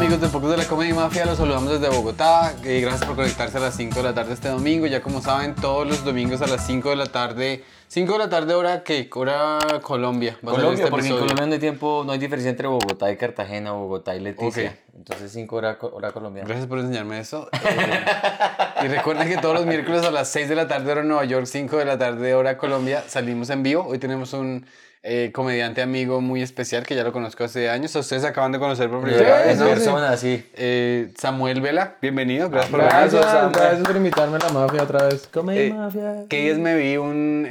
amigos del podcast de la Comedia Mafia, los saludamos desde Bogotá. Gracias por conectarse a las 5 de la tarde este domingo. Ya como saben, todos los domingos a las 5 de la tarde. 5 de la tarde hora Colombia. Colombia, porque en Colombia no hay tiempo, no hay diferencia entre Bogotá y Cartagena, Bogotá y Leticia. Okay. Entonces 5 hora colombiana. Gracias por enseñarme eso. Y recuerden que todos los miércoles a las 6 de la tarde hora Nueva York, 5 de la tarde hora Colombia, salimos en vivo. Hoy tenemos un comediante amigo muy especial que ya lo conozco hace años. Ustedes acaban de conocer por primera vez. En persona, sí. Samuel Vela, bienvenido. Gracias por Gracias por invitarme a la mafia otra vez. Comedia Mafia. ¿Qué días me vi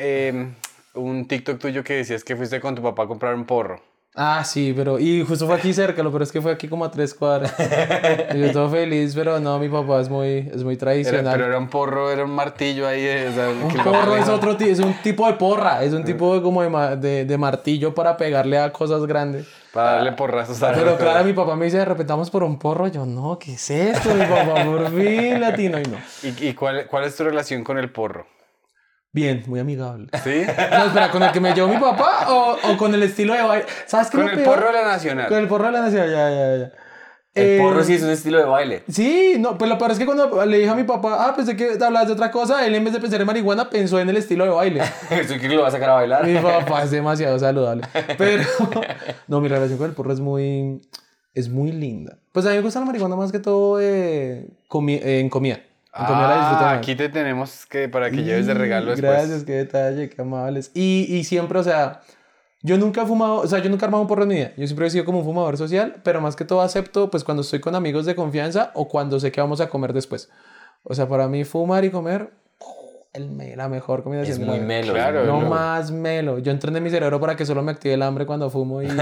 un TikTok tuyo que decías que fuiste con tu papá a comprar un porro? Ah, sí, y justo fue aquí cerca, pero es que fue aquí como a 3 cuadras. Y yo todo feliz, pero no, mi papá es muy tradicional. Pero era un porro, era un martillo ahí. Un porro es un tipo de porra, es un tipo de martillo para pegarle a cosas grandes. Para darle porrazos a Pero claro, mi papá me dice, repetamos por un porro. Yo, no, ¿qué es esto? Mi papá, por fin, latino, y no. ¿Y cuál es tu relación con el porro? Bien, muy amigable. ¿Sí? No, espera, ¿con el que me llevó mi papá o con el estilo de baile? ¿Sabes qué? Con el porro de la Nacional. Con el porro de la Nacional, ya. El porro sí es un estilo de baile. Sí, no, pues lo peor es que cuando le dije a mi papá, pensé que hablabas de otra cosa, él en vez de pensar en marihuana pensó en el estilo de baile. ¿Eso que lo va a sacar a bailar? Mi papá es demasiado saludable. Pero, no, mi relación con el porro es muy linda. Pues a mí me gusta la marihuana más que todo en comida. Aquí te tenemos para que lleves de regalo después. Gracias, qué detalle, qué amables. Y siempre, o sea, yo nunca he fumado, o sea, yo nunca he armado un porro en mi vida. Yo siempre he sido como un fumador social, pero más que todo acepto, pues, cuando estoy con amigos de confianza o cuando sé que vamos a comer después. O sea, para mí fumar y comer, la mejor combinación. Es muy melo. Claro. No más melo. Yo entrené mi cerebro para que solo me active el hambre cuando fumo y...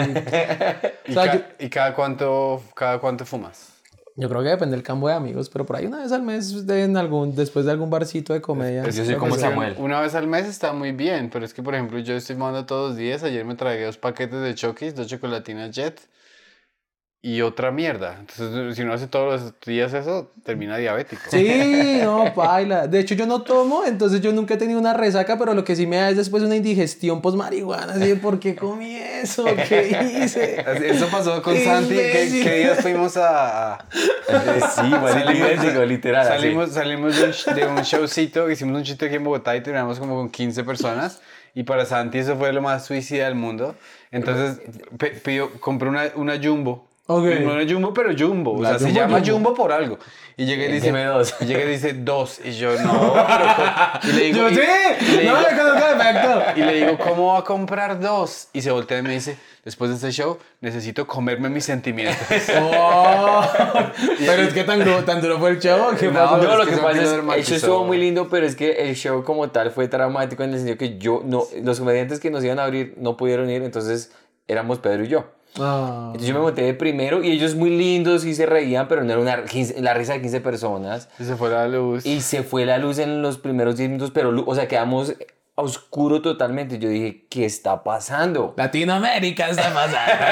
¿Y cada cuánto fumas? Yo creo que depende del campo de amigos, pero por ahí una vez al mes después de algún barcito de comedia. Yo soy como Samuel. Una vez al mes está muy bien, pero es que, por ejemplo, yo estoy fumando todos los días. Ayer me tragué 2 paquetes de Chokis, 2 chocolatinas Jet y otra mierda. Entonces, si uno hace todos los días eso, termina diabético. Sí, no, paila. De hecho, yo no tomo, entonces yo nunca he tenido una resaca, pero lo que sí me da es después una indigestión post-marihuana. Así de, ¿por qué comí eso? ¿Qué hice? Eso pasó con Santi. ¿Qué días fuimos a...? Sí, igual, literal. Salimos de un showcito, hicimos un chiste aquí en Bogotá y terminamos como con 15 personas. Y para Santi eso fue lo más suicida del mundo. Entonces compré una Jumbo. Okay. No es Jumbo, pero Jumbo. O sea, se llama Jumbo por algo. Y llega y dice 2. Y llega y dice 2. Y yo, no, pero... Y le digo, yo, sí, no le conozco el efecto. Y le digo, ¿cómo va a comprar 2? Y se voltea y me dice, después de este show, necesito comerme mis sentimientos. Oh, pero es que tan duro fue el show. ¿Qué pasó? No, lo que pasa es que el show estuvo muy lindo, pero es que el show como tal fue traumático en el sentido que los comediantes que nos iban a abrir no pudieron ir, entonces éramos Pedro y yo. Entonces yo me monté de primero y ellos muy lindos y se reían, pero no era la risa de 15 personas. Y se fue la luz. Y se fue la luz en los primeros 10 minutos, pero, o sea, quedamos a oscuro totalmente. Yo dije, ¿qué está pasando? Latinoamérica está pasando.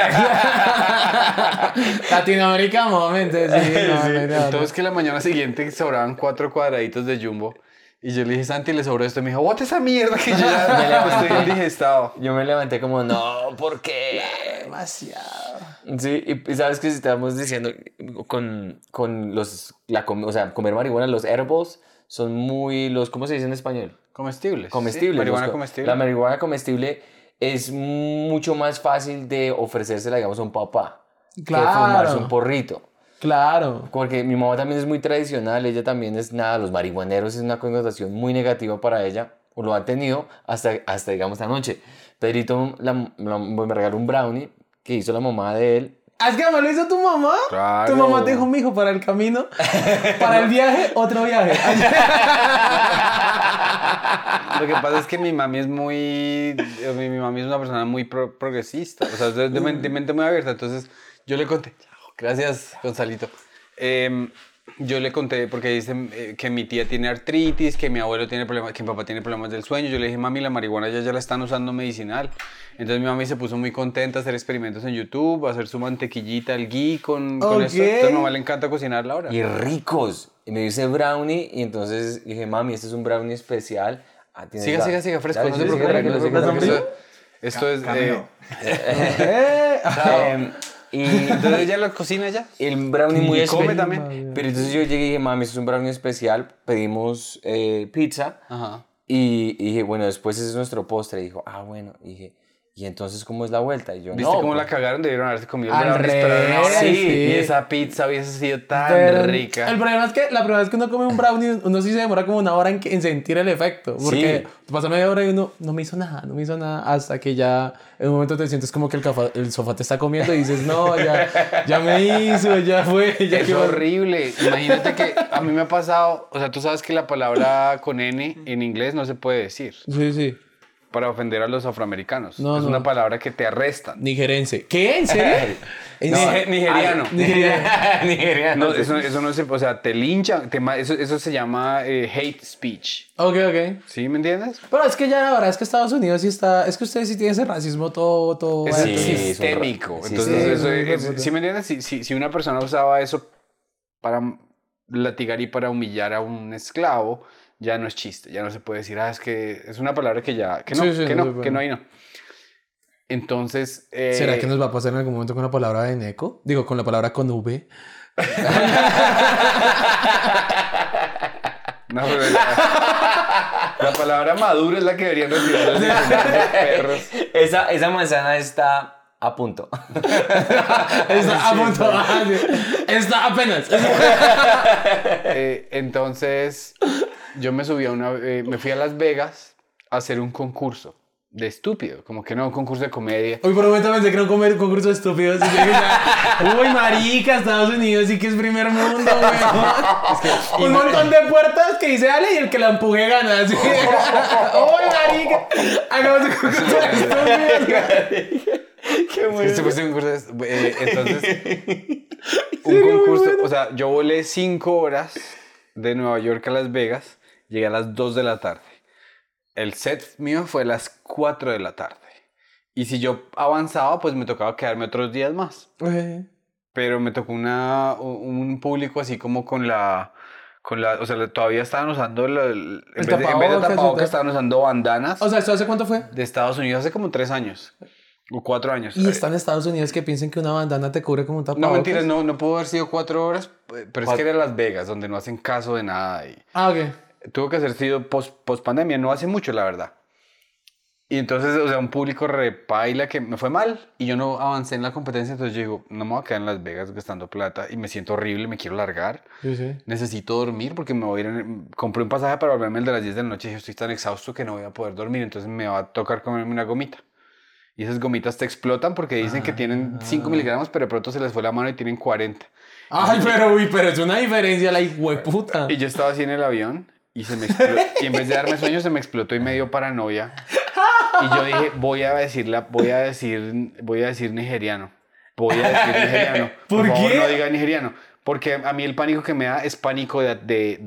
Latinoamérica, momento. Sí, Entonces que la mañana siguiente sobraban 4 cuadraditos de Jumbo. Y yo le dije, Santi, le sobró esto. Y me dijo, bota esa mierda que yo ya estoy indigestado. Yo me levanté como, no, ¿por qué? Demasiado. Sí, y sabes que si estábamos diciendo con o sea, comer marihuana, los edibles son muy, ¿cómo se dice en español? Comestibles. Comestibles. Sí, marihuana comestible. La marihuana comestible es mucho más fácil de ofrecérsela, digamos, a un papá. Claro. Que fumarse un porrito. Claro. Porque mi mamá también es muy tradicional, ella también es los marihuaneros es una connotación muy negativa para ella, o lo ha tenido hasta digamos, esta noche. Pedrito me regaló un brownie que hizo la mamá de él. ¿Es que me lo hizo tu mamá? Claro. Tu mamá te dijo, mijo, para el camino, para el viaje, otro viaje. Lo que pasa es que mi mami es una persona muy progresista, o sea, de mente muy abierta, entonces yo le conté. Gracias, Gonzalito. Yo le conté porque dice que mi tía tiene artritis, que mi abuelo tiene problemas, que mi papá tiene problemas del sueño. Yo le dije, mami, la marihuana ya la están usando medicinal. Entonces mi mami se puso muy contenta a hacer experimentos en YouTube, a hacer su mantequillita al ghee con eso. Entonces a mi mamá le encanta cocinarla ahora. Y ricos. Y me dice brownie y entonces dije, mami, este es un brownie especial. Siga, fresco. Dale, no se preocupe. Esto es... Y Entonces ella lo cocina ya. el brownie muy Y come especial. también. Pero entonces yo llegué y dije, mami, esto es un brownie especial. Pedimos pizza. Ajá. Y dije, bueno, después ese es nuestro postre. Y dijo, ah, bueno. Y dije, ¿y entonces cómo es la vuelta? Y yo, ¿Viste no, cómo pues, la cagaron? Debieron haberse comido Al el brownie, esperaron una hora. revés, Sí. sí. Y esa pizza hubiese sido tan Pero rica. el problema es que la primera vez que uno come un brownie, uno sí se demora como una hora en sentir el efecto. Porque pasa media hora y uno no me hizo nada, hasta que ya en un momento te sientes como que el sofá te está comiendo y dices, no, ya me hizo, ya fue, ya Es quedó. horrible. Imagínate que a mí me ha pasado, o sea, tú sabes que la palabra con N en inglés no se puede decir Sí, sí. para ofender a los afroamericanos. No, es no. una palabra que te arrestan. Nigerense. ¿Qué? ¿En serio? Nigeriano. Nigeriano. No, eso no se, o sea, te linchan, eso se llama hate speech. Ok, ok. ¿Sí me entiendes? Pero es que ya la verdad es que Estados Unidos sí está... Es que ustedes sí tienen ese racismo todo... Es Sí, sistémico. es Entonces, sí, eso sí, es, ¿sí me entiendes? Si una persona usaba eso para latigar y para humillar a un esclavo, ya no es chiste, ya no se puede decir, es que es una palabra que ya, que no, Sí, sí, que no no, se puede. que no, y no. Entonces... ¿Será que nos va a pasar en algún momento con la palabra de Neko? Digo, con la palabra con V. No, pero la palabra maduro es la que deberían retirar los diccionarios perros. Esa manzana está a punto. Está a punto. Está apenas. Entonces, yo me subí me fui a Las Vegas a hacer un concurso de estúpido, como que no, un concurso de comedia. Hoy por un momento pensé que era un concurso de estúpidos. Y yo dije, uy, marica, Estados Unidos sí que es primer mundo, güey. Un montón de puertas que dice Ale y el que la empuje gana. Así. Uy, marica, hagamos un concurso de estúpidos. Qué bueno. Este fue un concurso entonces, un concurso, o sea, yo volé 5 horas de Nueva York a Las Vegas, llegué a las 2 de la tarde. El set mío fue a las 4 de la tarde. Y si yo avanzaba, pues me tocaba quedarme otros días más. Pero me tocó un público así como con la o sea, todavía estaban usando, en vez de tapabocas, estaban usando bandanas. O sea, ¿esto hace cuánto fue? De Estados Unidos, hace como 3 años. O 4 años. Y está en Estados Unidos que piensen que una bandana te cubre como un tapabocas. No, mentiras, no pudo haber sido 4 horas, pero es que era Las Vegas, donde no hacen caso de nada. Y Ok. tuvo que haber sido post pandemia, no hace mucho, la verdad. Y entonces, o sea, un público repaila que me fue mal y yo no avancé en la competencia, entonces yo digo, no me voy a quedar en Las Vegas gastando plata y me siento horrible, me quiero largar. Sí, sí. Necesito dormir porque me voy a ir, compré un pasaje para volverme el de las 10 de la noche y yo estoy tan exhausto que no voy a poder dormir, entonces me va a tocar comerme una gomita. Y esas gomitas te explotan porque dicen que tienen 5 miligramos, pero de pronto se les fue la mano y tienen 40. Ay, pero es una diferencia, la hijueputa. Y yo estaba así en el avión y se me explotó, y en vez de darme sueño se me explotó y me dio paranoia. Y yo dije, voy a decir nigeriano. Voy a decir nigeriano. ¿Por favor, qué? no diga nigeriano. Porque a mí el pánico que me da es pánico de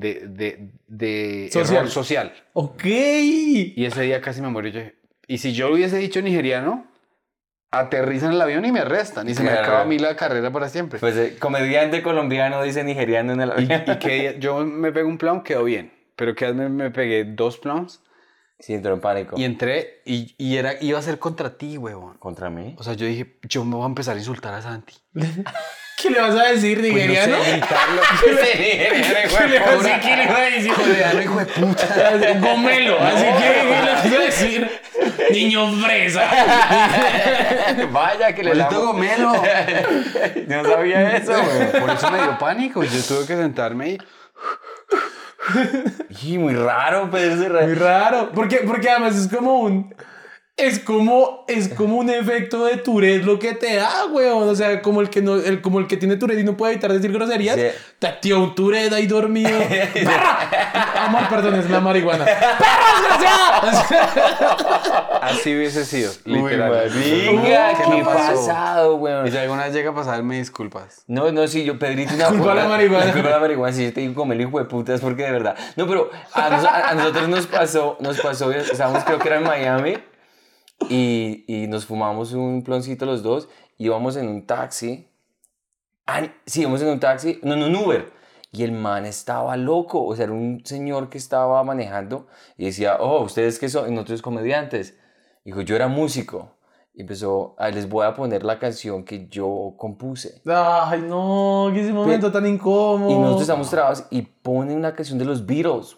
error social. Ok. Y ese día casi me morí. Yo dije, y si yo hubiese dicho nigeriano, aterrizan el avión y me arrestan. Y se me acaba a mí la carrera para siempre. Pues comediante colombiano dice nigeriano en el avión. Y que yo me pego un plan, quedó bien. Pero que me pegué 2 plans. Sí, entró en pánico. Y entré y iba a ser contra ti, huevón. ¿Contra mí? O sea, yo dije, yo me voy a empezar a insultar a Santi. ¿Qué le vas a decir, nigeriano? Pues no sé, gritarlo. ¿Qué le vas a decir? ¿Qué le vas a decir? Coreano, hijo de puta. Gomelo. Así que, ¿qué le vas a decir? Niño fresa. Vaya que le Maldito damos. Gomelo. No sabía eso, güey. Por eso me dio pánico. Yo tuve que sentarme y... Y muy raro, pero es raro. Muy raro. Porque además es como un... Es como un efecto de Tourette lo que te da, weón. O sea, como el que tiene Tourette y no puede evitar decir groserías. Sí. Te tío, un Tourette ahí dormido. ¡Perra! Amor, perdón, es la marihuana. ¡Perra, desgraciada! Así hubiese sido, literal. Marica, ¿Qué ¿qué no pasó? pasado, Y weón? si alguna vez llega a pasar, me disculpas. No, sí, yo Pedrito una Culpa a la marihuana. Culpa a la marihuana, si yo te digo como el hijo de puta es porque de verdad. No, pero a nosotros nos pasó, estábamos creo que era en Miami y nos fumamos un ploncito los dos, íbamos en un taxi. Sí, íbamos en un taxi, no, en un Uber. Y el man estaba loco, o sea, era un señor que estaba manejando y decía, oh, ¿ustedes qué son? Y nosotros comediantes. Dijo, yo era músico. Y empezó, les voy a poner la canción que yo compuse. Ay, no, qué ese momento tan incómodo. Y nosotros estamos trabados y ponen una canción de los Beatles.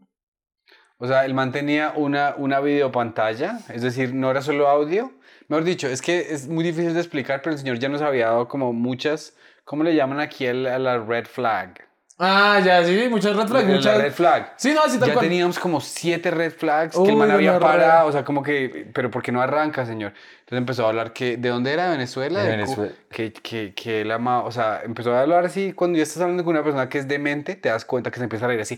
O sea, el man tenía una videopantalla, es decir, no era solo audio. Mejor dicho, es que es muy difícil de explicar, pero el señor ya nos había dado como muchas, ¿cómo le llaman aquí a la red flag? Ah, ya, sí, muchas red flags. La red flag. Sí, no, así tal ya cual. teníamos como 7 red flags que el man había parado, o sea, como que, pero ¿por qué no arranca, señor? Entonces empezó a hablar que, ¿de dónde era? ¿De Venezuela? De Venezuela. Que él amaba, o sea, empezó a hablar así, cuando ya estás hablando con una persona que es demente, te das cuenta que se empieza a reír así.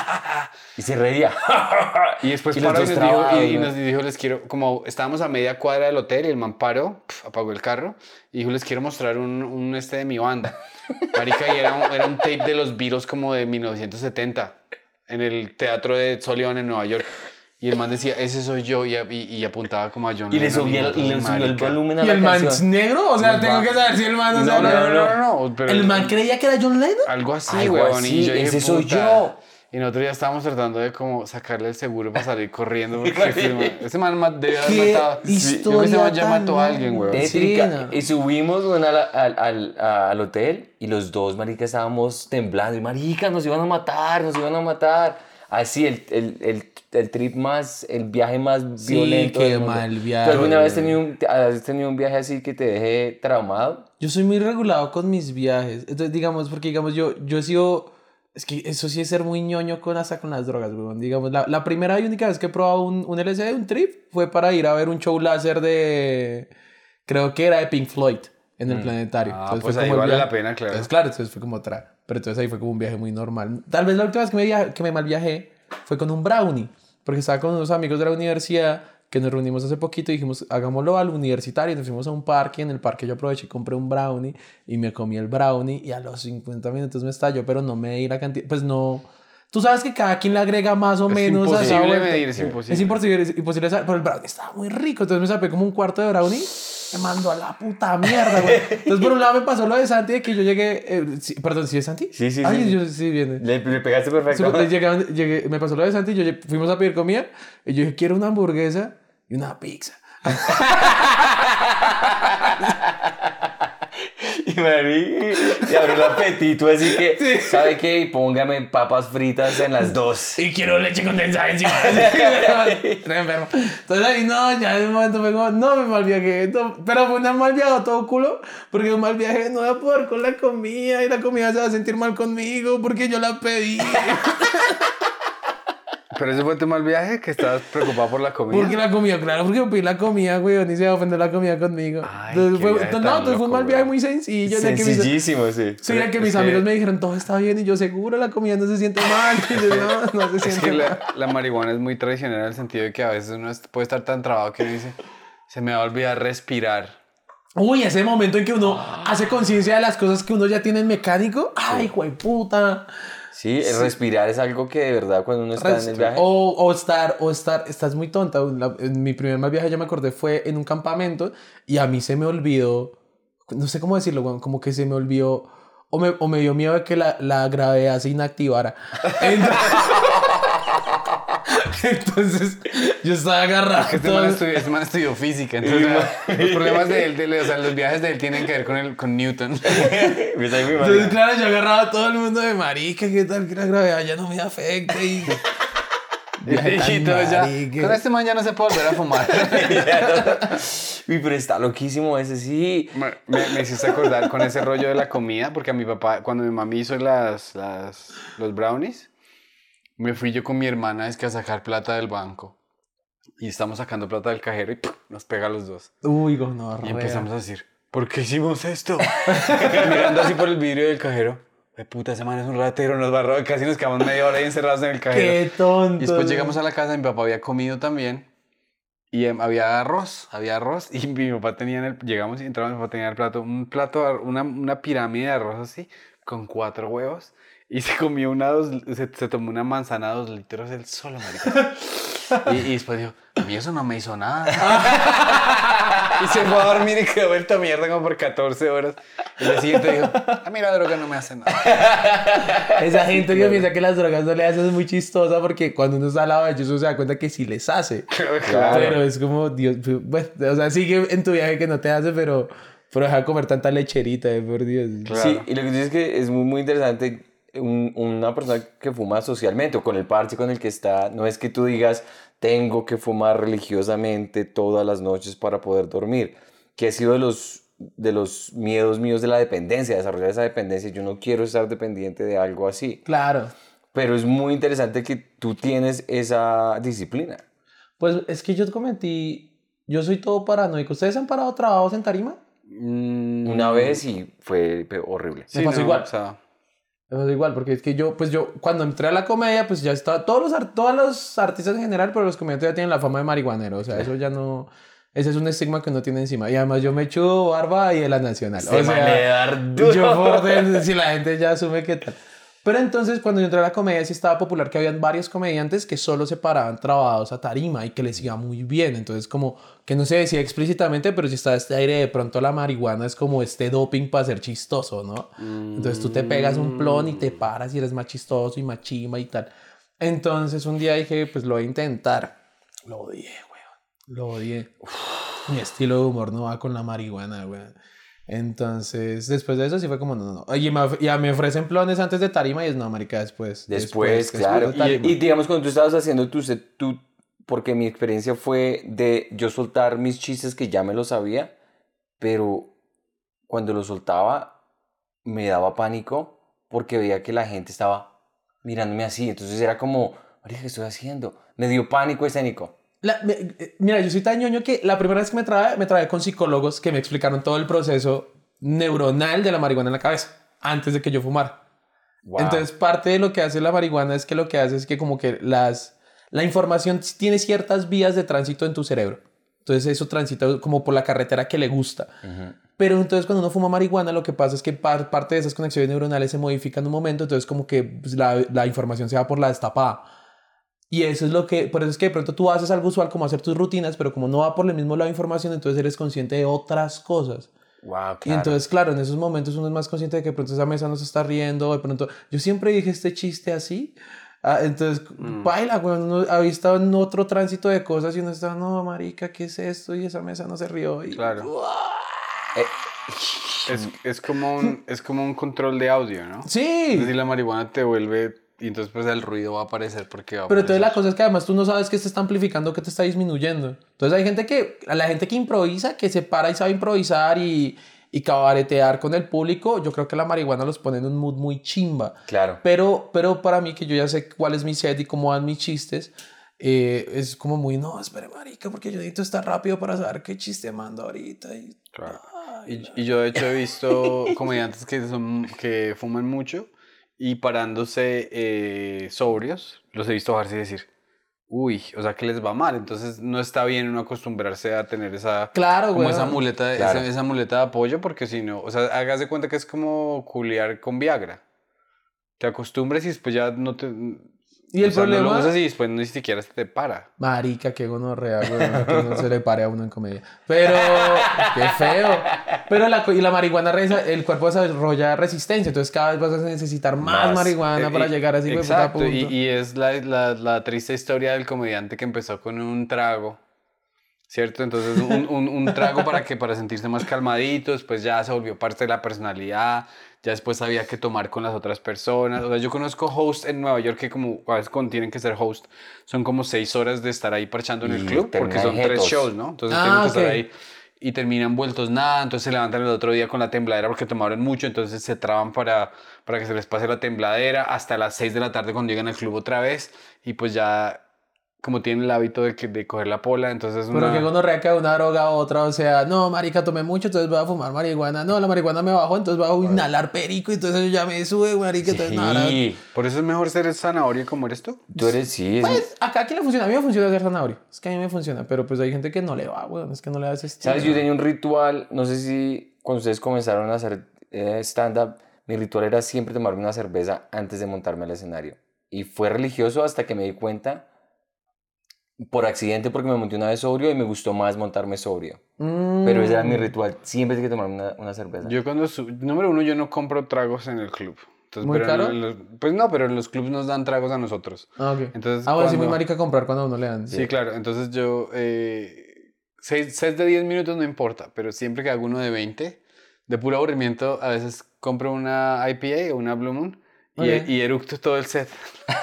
Y se reía. Y después paró y nos dijo, les quiero, como estábamos a media cuadra del hotel y el man paró, apagó el carro y dijo, les quiero mostrar un de mi banda. Marica, y era un tape de los Beatles como de 1970 en el teatro de Sullivan en Nueva York. Y el man decía, ese soy yo, y apuntaba como a John Lennon. Y le subió el volumen a la canción. ¿Y el man negro? O sea, tengo que saber si el man... No. Pero ¿el man creía que era John Lennon? Algo así, weón. Y yo dije, ese soy yo. Y nosotros ya estábamos tratando de como sacarle el seguro para salir corriendo. Porque ese man debe haber matado. Yo que ese man ya mató a alguien, weón. Tétrica. Y subimos, weón, al hotel y los dos, marica, estábamos temblando. Y marica, nos iban a matar. Así, el trip más, el viaje más violento. Sí, qué mal viaje. ¿Tú alguna vez has tenido un viaje así que te deje traumado? Yo soy muy regulado con mis viajes. Entonces, digamos, yo he sido... Es que eso sí es ser muy ñoño hasta con las drogas, weón. Digamos, la primera y única vez que he probado un LSD, un trip, fue para ir a ver un show láser de... Creo que era de Pink Floyd en el Planetario. Entonces pues ahí vale la pena, claro. Entonces fue como otra. Pero entonces ahí fue como un viaje muy normal. Tal vez la última vez que me mal viajé fue con un brownie. Porque estaba con unos amigos de la universidad que nos reunimos hace poquito y dijimos, hagámoslo al universitario. Nos fuimos a un parque, en el parque yo aproveché y compré un brownie y me comí el brownie y a los 50 minutos me estalló, pero no me di la cantidad, pues no... Tú sabes que cada quien le agrega más o menos a esa vuelta. Es imposible. Es imposible, pero el brownie estaba muy rico, entonces me sapé como un cuarto de brownie, me mandó a la puta mierda, güey. Entonces por un lado me pasó lo de Santi, de que yo llegué, perdón, ¿sí es Santi? Sí. Ay, yo sí, viene. Le pegaste perfecto. Llegué, me pasó lo de Santi, fuimos a pedir comida y yo dije, quiero una hamburguesa y una pizza. Y abrió el apetito, así que, sí. ¿Sabe qué? Y póngame papas fritas en las dos. Y quiero leche condensada encima. Estoy enfermo. Entonces ahí no, ya en un momento fue como, no me mal viajé. Pero fue un mal viaje todo culo, porque un mal viaje no voy a poder con la comida y la comida se va a sentir mal conmigo porque yo la pedí. Pero ese fue tu mal viaje, que estabas preocupado por la comida. Porque la comida, claro, porque yo pedí la comida, güey, ni se va a ofender la comida conmigo. Ay, entonces fue un mal viaje muy sencillo. Sencillísimo, sí. Sí, que mis amigos me dijeron, todo está bien, y yo, seguro, la comida no se siente mal. Y yo, no se siente mal. La marihuana es muy traicionera en el sentido de que a veces uno puede estar tan trabado que uno dice, se me va a olvidar respirar. Uy, ese momento en que uno hace conciencia de las cosas que uno ya tiene en mecánico. Ay, hijo de puta. Sí, respirar es algo que de verdad cuando uno está en el viaje... Estás muy tonta. En mi primer mal viaje, ya me acordé, fue en un campamento y a mí se me olvidó, no sé cómo decirlo, bueno, como que se me olvidó, o me dio miedo de que la gravedad se inactivara. Entonces, yo estaba agarrado. Este man estudió física. Entonces, los problemas de él, o sea, los viajes de él tienen que ver con Newton. Entonces, claro, yo agarraba a todo el mundo de marica, ¿qué tal que la gravedad ya no me afecte? Y entonces ya, con este man ya no se puede volver a fumar. Uy, pero está loquísimo ese, sí. Me hiciste acordar con ese rollo de la comida, porque a mi papá, cuando mi mami hizo los brownies, me fui yo con mi hermana a sacar plata del banco. Y estamos sacando plata del cajero y ¡pum!, nos pega a los dos. Uy, gonorrea. Y empezamos a decir, ¿por qué hicimos esto? Mirando así por el vidrio del cajero. Puta, ese man es un ratero, nos barró, casi nos quedamos media hora ahí encerrados en el cajero. ¡Qué tonto! Y después llegamos a la casa, mi papá había comido también. Y había arroz. Y mi papá tenía llegamos y entramos, mi papá tenía una pirámide de arroz así, con 4 huevos. Y se comió se tomó una manzana 2 litros él solo, marica. Y después dijo, a mí eso no me hizo nada. Y se fue a dormir y quedó vuelto mierda como por 14 horas. Y el día siguiente dijo, a mí la droga no me hace nada. Esa gente que piensa que las drogas no le hacen es muy chistosa porque cuando uno está al lado de ellos uno se da cuenta que sí les hace. Claro. Pero es como, Dios, bueno, o sea, sigue en tu viaje que no te hace, pero deja de comer tanta lecherita, por Dios. Claro. Sí, y lo que dices es que es muy, muy interesante. Una persona que fuma socialmente o con el parche con el que está, no es que tú digas, tengo que fumar religiosamente todas las noches para poder dormir, que ha sido de los miedos míos de la dependencia, desarrollar esa dependencia. Yo no quiero estar dependiente de algo así. Claro. Pero es muy interesante que tú tienes esa disciplina. Pues es que yo soy todo paranoico. ¿Ustedes han parado trabajos en tarima? Una vez y fue horrible. Me pasó igual. O sea, Me pasó igual, porque es que yo cuando entré a la comedia, pues ya estaba, todos los artistas en general, pero los comediantes ya tienen la fama de marihuanero, o sea, eso ya no, ese es un estigma que uno tiene encima, y además yo me echo barba y de la nacional, Se o sea, me le dar duro. yo por dentro, si la gente ya asume que tal. Pero entonces cuando yo entré a la comedia sí estaba popular que habían varios comediantes que solo se paraban trabajados a tarima y que les iba muy bien. Entonces como que no se decía explícitamente, pero si está este aire de pronto la marihuana es como este doping para ser chistoso, ¿no? Entonces tú te pegas un plon y te paras y eres más chistoso y más chima y tal. Entonces un día dije, pues lo voy a intentar. Lo odié, weón. Lo odié. Mi estilo de humor no va con la marihuana, weón. Entonces, después de eso sí fue como, no. Y ya me ofrecen plones antes de tarima y es, no, marica, después, claro. de tarima. Y digamos, cuando tú estabas haciendo tu set, porque mi experiencia fue de yo soltar mis chistes que ya me los sabía, pero cuando los soltaba me daba pánico porque veía que la gente estaba mirándome así. Entonces era como, marica, ¿qué estoy haciendo? Me dio pánico escénico. Mira, yo soy tan ñoño que la primera vez que me trabé con psicólogos que me explicaron todo el proceso neuronal de la marihuana en la cabeza antes de que yo fumara. Wow. Entonces, parte de lo que hace la marihuana es que lo que hace es que como que la información tiene ciertas vías de tránsito en tu cerebro. Entonces, eso transita como por la carretera que le gusta. Pero entonces, cuando uno fuma marihuana, lo que pasa es que parte de esas conexiones neuronales se modifican en un momento. Entonces, como que pues, la información se va por la destapada. Y eso es por eso es que de pronto tú haces algo usual como hacer tus rutinas, pero como no va por el mismo lado de información, entonces eres consciente de otras cosas. Wow, claro. Y entonces, claro, en esos momentos uno es más consciente de que de pronto esa mesa no se está riendo, de pronto, yo siempre dije este chiste así, entonces, baila, güey, uno había estado en otro tránsito de cosas y uno estaba, no, marica, ¿qué es esto? Y esa mesa no se rió. Y, claro. Es como un control de audio, ¿no? Sí. Es decir, la marihuana te vuelve... Y entonces pues el ruido va a aparecer porque va a Pero aparecer. entonces la cosa es que además tú no sabes qué te está amplificando, qué te está disminuyendo. Entonces la gente que improvisa, que se para y sabe improvisar y cabaretear con el público, yo creo que la marihuana los pone en un mood muy chimba. Claro. Pero para mí, que yo ya sé cuál es mi set y cómo van mis chistes, es como muy, no, espere, marica, porque yo necesito estar rápido para saber qué chiste mando ahorita. Claro. Y yo de hecho he visto comediantes que fuman mucho y parándose sobrios, los he visto bajarse y decir, uy, o sea que les va mal, entonces no está bien uno acostumbrarse a tener esa, claro, como güey, esa muleta, claro. esa muleta de apoyo, porque si no, o sea, hagas de cuenta que es como culiar con Viagra. Te acostumbres y después ya no te... Y el problema... No lo usas y después ni siquiera se te para. Marica, qué gonorrea, güey, que no se le pare a uno en comedia. Pero, qué feo. Pero la marihuana, el cuerpo desarrolla resistencia, entonces cada vez vas a necesitar más marihuana para llegar así, exacto, punto. Y es la triste historia del comediante que empezó con un trago, ¿cierto? Entonces un trago para sentirse más calmadito, después ya se volvió parte de la personalidad, ya después había que tomar con las otras personas. O sea, yo conozco hosts en Nueva York que como a veces tienen que ser host, son como 6 horas de estar ahí parchando en el club, porque son 3 shows, ¿no? Entonces tienen que estar ahí y terminan vueltos nada, entonces se levantan el otro día con la tembladera porque tomaron mucho, entonces se traban para que se les pase la tembladera hasta las 6 de la tarde cuando llegan al club otra vez y pues ya como tienen el hábito de coger la pola, entonces Pero que gonorrea que una droga a otra, o sea, no, marica, tomé mucho, entonces voy a fumar marihuana, no, la marihuana me bajó, entonces voy a inhalar perico, entonces eso ya me sube, marica, entonces nada. Por eso es mejor ser zanahoria como eres tú. Tú eres, sí. Pues, acá a quién le funciona, a mí me funciona hacer zanahoria, es que a mí me funciona, pero pues hay gente que no le va, weón, es que no le da ese estilo. ¿Sabes? Yo tenía un ritual, no sé si cuando ustedes comenzaron a hacer stand-up, mi ritual era siempre tomarme una cerveza antes de montarme al escenario. Y fue religioso hasta que me di cuenta por accidente porque me monté una vez sobrio y me gustó más montarme sobrio. Pero ese era mi ritual. Siempre tenía que tomarme una cerveza. Yo número uno, yo no compro tragos en el club. Entonces, ¿Muy pero caro? pues no, pero en los clubs nos dan tragos a nosotros. Ah, ok. Entonces, Bueno, sí, muy marica comprar cuando a uno le dan. Sí, claro. Entonces yo, 6 de 10 minutos no importa, pero siempre que hago uno de 20, de puro aburrimiento, a veces compro una IPA o una Blue Moon y eructo todo el set.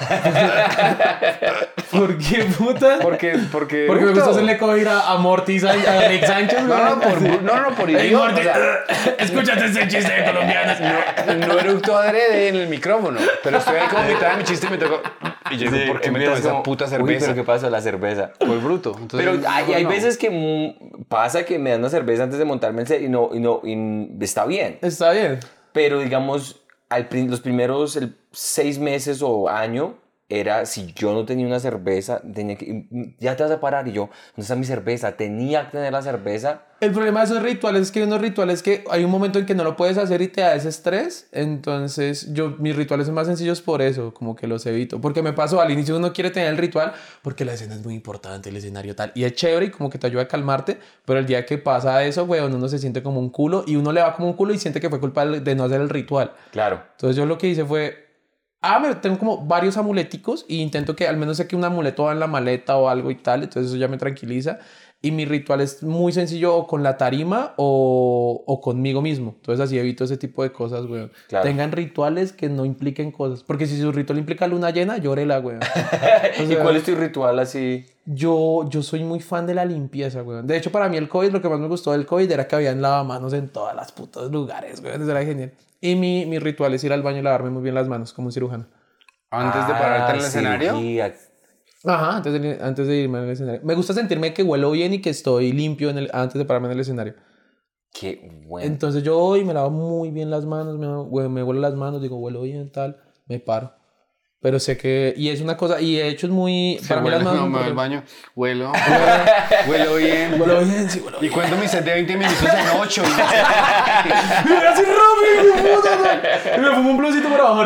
¿Por qué, puta? Porque me gusta hacerle coger a Mortis, a Alex Sánchez. No, por idiota. O sea, escúchate ese chiste de colombianos. no eructo adrede en el micrófono, pero estoy ahí como mitad de mi chiste y me tocó. Y yo digo, ¿por qué me tomé esa puta cerveza? Uy, pero ¿qué pasó? La cerveza. Por bruto. Entonces, Pero hay veces que pasa que me dan una cerveza antes de montarme el set y está bien. Está bien. Pero digamos, los primeros 6 meses o año, era si yo no tenía una cerveza, ya te vas a parar. Y yo, ¿dónde está mi cerveza? Tenía que tener la cerveza. El problema de esos rituales es que hay unos rituales que hay un momento en que no lo puedes hacer y te da ese estrés. Entonces, mis rituales son más sencillos por eso, como que los evito. Porque me pasó, al inicio uno quiere tener el ritual porque la escena es muy importante, el escenario tal. Y es chévere y como que te ayuda a calmarte. Pero el día que pasa eso, weón, uno se siente como un culo y uno le va como un culo y siente que fue culpa de no hacer el ritual. Claro. Entonces, yo lo que hice fue... tengo como varios amuleticos y intento que al menos sé que un amuleto va en la maleta o algo y tal, entonces eso ya me tranquiliza. Y mi ritual es muy sencillo o con la tarima o conmigo mismo. Entonces así evito ese tipo de cosas, güey. Claro. Tengan rituales que no impliquen cosas. Porque si su ritual implica luna llena, llórela, güey. O sea, ¿y cuál es tu ritual así? Yo soy muy fan de la limpieza, güey. De hecho, para mí el COVID, lo que más me gustó del COVID era que habían lavamanos en todas las putas lugares, güey. Eso era genial. Y mi ritual es ir al baño y lavarme muy bien las manos, como un cirujano. Antes de pararte en el escenario. Ajá, antes de irme al escenario. Me gusta sentirme que huelo bien y que estoy limpio antes de pararme en el escenario. Qué bueno. Entonces yo voy, me lavo muy bien las manos, me huelo las manos, digo, huelo bien, tal, me paro. Pero sé que... Y es una cosa... Y de hecho es muy... Sí, para mí las manos... No, me voy al baño. Huelo bien. Huelo bien, sí, huelo bien. Y cuento mis set de 20 minutos en 8. ¡Mira, así rápido! Y me fumo un blowcito para bajar,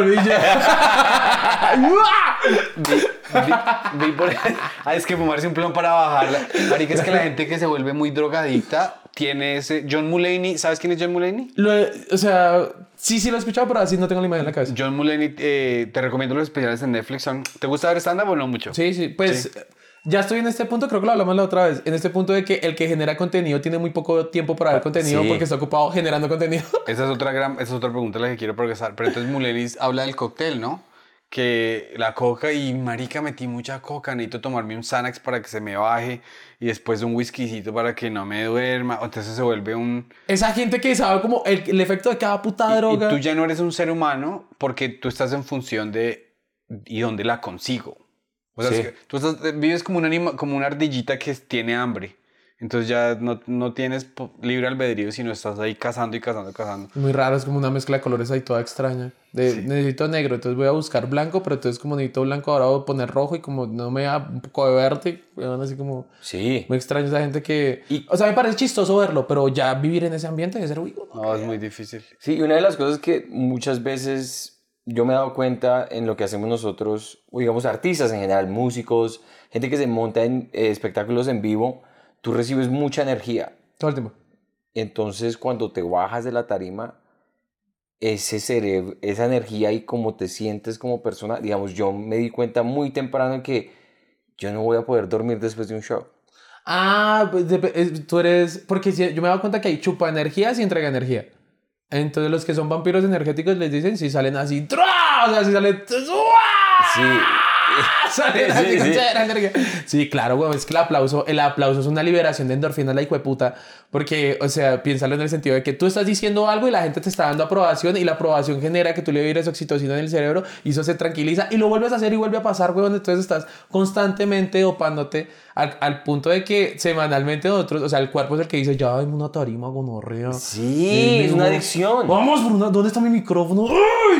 es que fumarse un plon para bajarla. Marica, es que la gente que se vuelve muy drogadicta tiene ese... John Mulaney, ¿sabes quién es John Mulaney? O sea, sí lo he escuchado, pero así no tengo la imagen en la cabeza. John Mulaney, te recomiendo los especiales en Netflix. ¿Te gusta ver stand-up o no mucho? Sí, pues... Sí. Ya estoy en este punto, creo que lo hablamos la otra vez, en este punto de que el que genera contenido tiene muy poco tiempo para ver contenido porque está ocupado generando contenido. Esa es otra pregunta a la que quiero progresar. Pero entonces Mulaney habla del cóctel, ¿no? Que la coca y marica metí mucha coca, necesito tomarme un Xanax para que se me baje y después un whiskycito para que no me duerma. Entonces se vuelve un... Esa gente que sabe como el efecto de cada puta droga. Y tú ya no eres un ser humano porque tú estás en función de ¿y dónde la consigo? O sea, sí. Tú vives como una ardillita que tiene hambre. Entonces ya no tienes libre albedrío, sino estás ahí cazando. Muy raro, es como una mezcla de colores ahí toda extraña. Sí. Necesito negro, entonces voy a buscar blanco, pero entonces como necesito blanco ahora voy a poner rojo y como no me da un poco de verde, así como... Sí. Muy extraño esa gente que... O sea, me parece chistoso verlo, pero ya vivir en ese ambiente debe ser... No, es muy difícil. Sí, y una de las cosas que muchas veces... Yo me he dado cuenta en lo que hacemos nosotros, digamos artistas en general, músicos, gente que se monta en espectáculos en vivo, tú recibes mucha energía. Todo el tiempo. Entonces, cuando te bajas de la tarima, ese cerebro, esa energía y cómo te sientes como persona, digamos, yo me di cuenta muy temprano que yo no voy a poder dormir después de un show. Ah, pues tú eres... Porque yo me he dado cuenta que hay chupa energías y entrega energía. Entonces los que son vampiros energéticos les dicen si salen así, ¡trua! O sea, si salen... Sí. Salen así con energía. Sí, claro, güey, es que el aplauso es una liberación de endorfina, la hijo de puta. Porque, o sea, piénsalo en el sentido de que tú estás diciendo algo y la gente te está dando aprobación y la aprobación genera que tú le vibres oxitocina en el cerebro y eso se tranquiliza y lo vuelves a hacer y vuelve a pasar, güey. Entonces estás constantemente dopándote al punto de que semanalmente nosotros, o sea, el cuerpo es el que dice, ya dame una tarima gonorrea. Sí, es una adicción. Vamos, Bruna, ¿dónde está mi micrófono? ¡Ay,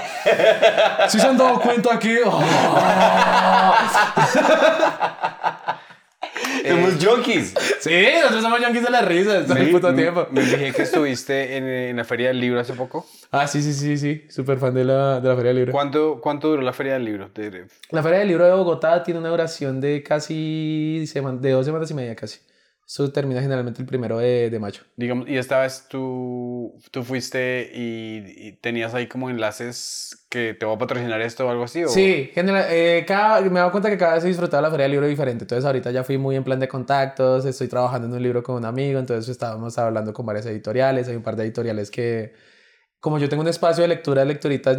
ya! ¿Sí se han dado cuenta que...? Somos junkies. Sí, nosotros somos junkies de la risa todo el puto tiempo. Me dije que estuviste en la Feria del Libro hace poco. Ah, sí. Súper fan de la Feria del Libro. ¿Cuánto duró la Feria del Libro? La Feria del Libro de Bogotá tiene una duración de casi de 2 semanas y media casi. Eso termina generalmente el 1 de mayo. Digamos, y esta vez tú fuiste y tenías ahí como enlaces que te voy a patrocinar esto o algo así. ¿O? Sí, me he dado cuenta que cada vez he disfrutado la Feria del Libro diferente. Entonces ahorita ya fui muy en plan de contactos, estoy trabajando en un libro con un amigo, entonces estábamos hablando con varias editoriales. Hay un par de editoriales que, como yo tengo un espacio de lectura de lecturitas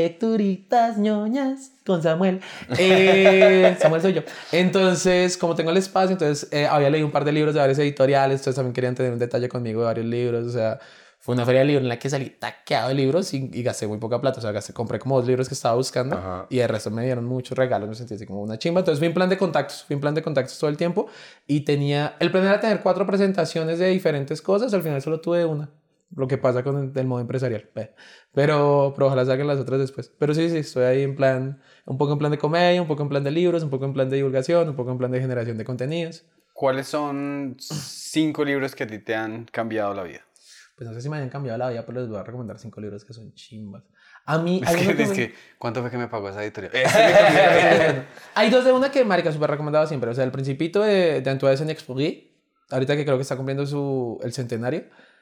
ñoñas con Samuel. Samuel soy yo. Entonces, como tengo el espacio, entonces había leído un par de libros de varias editoriales, entonces también querían tener un detalle conmigo de varios libros, o sea, fue una feria de libros en la que salí taqueado de libros y gasté muy poca plata, o sea, compré como 2 libros que estaba buscando. Ajá. Y el resto me dieron muchos regalos, me sentí así como una chimba, entonces fui en plan de contactos todo el tiempo y el plan era tener 4 presentaciones de diferentes cosas, al final solo tuve una. Lo que pasa con el modo empresarial. Pero ojalá saquen las otras después. Pero sí, estoy ahí en plan, un poco en plan de comedia, un poco en plan de libros, un poco en plan de divulgación, un poco en plan de generación de contenidos. ¿Cuáles son 5 libros que a ti te han cambiado la vida? Pues no sé si me hayan cambiado la vida, pero les voy a recomendar 5 libros que son chimbas. A mí... ¿Cuánto fue que me pagó esa editorial? Hay 2 de una que, marica, súper recomendado siempre. O sea, El Principito de Antoine Saint-Exupéry, ahorita que creo que está cumpliendo el centenario.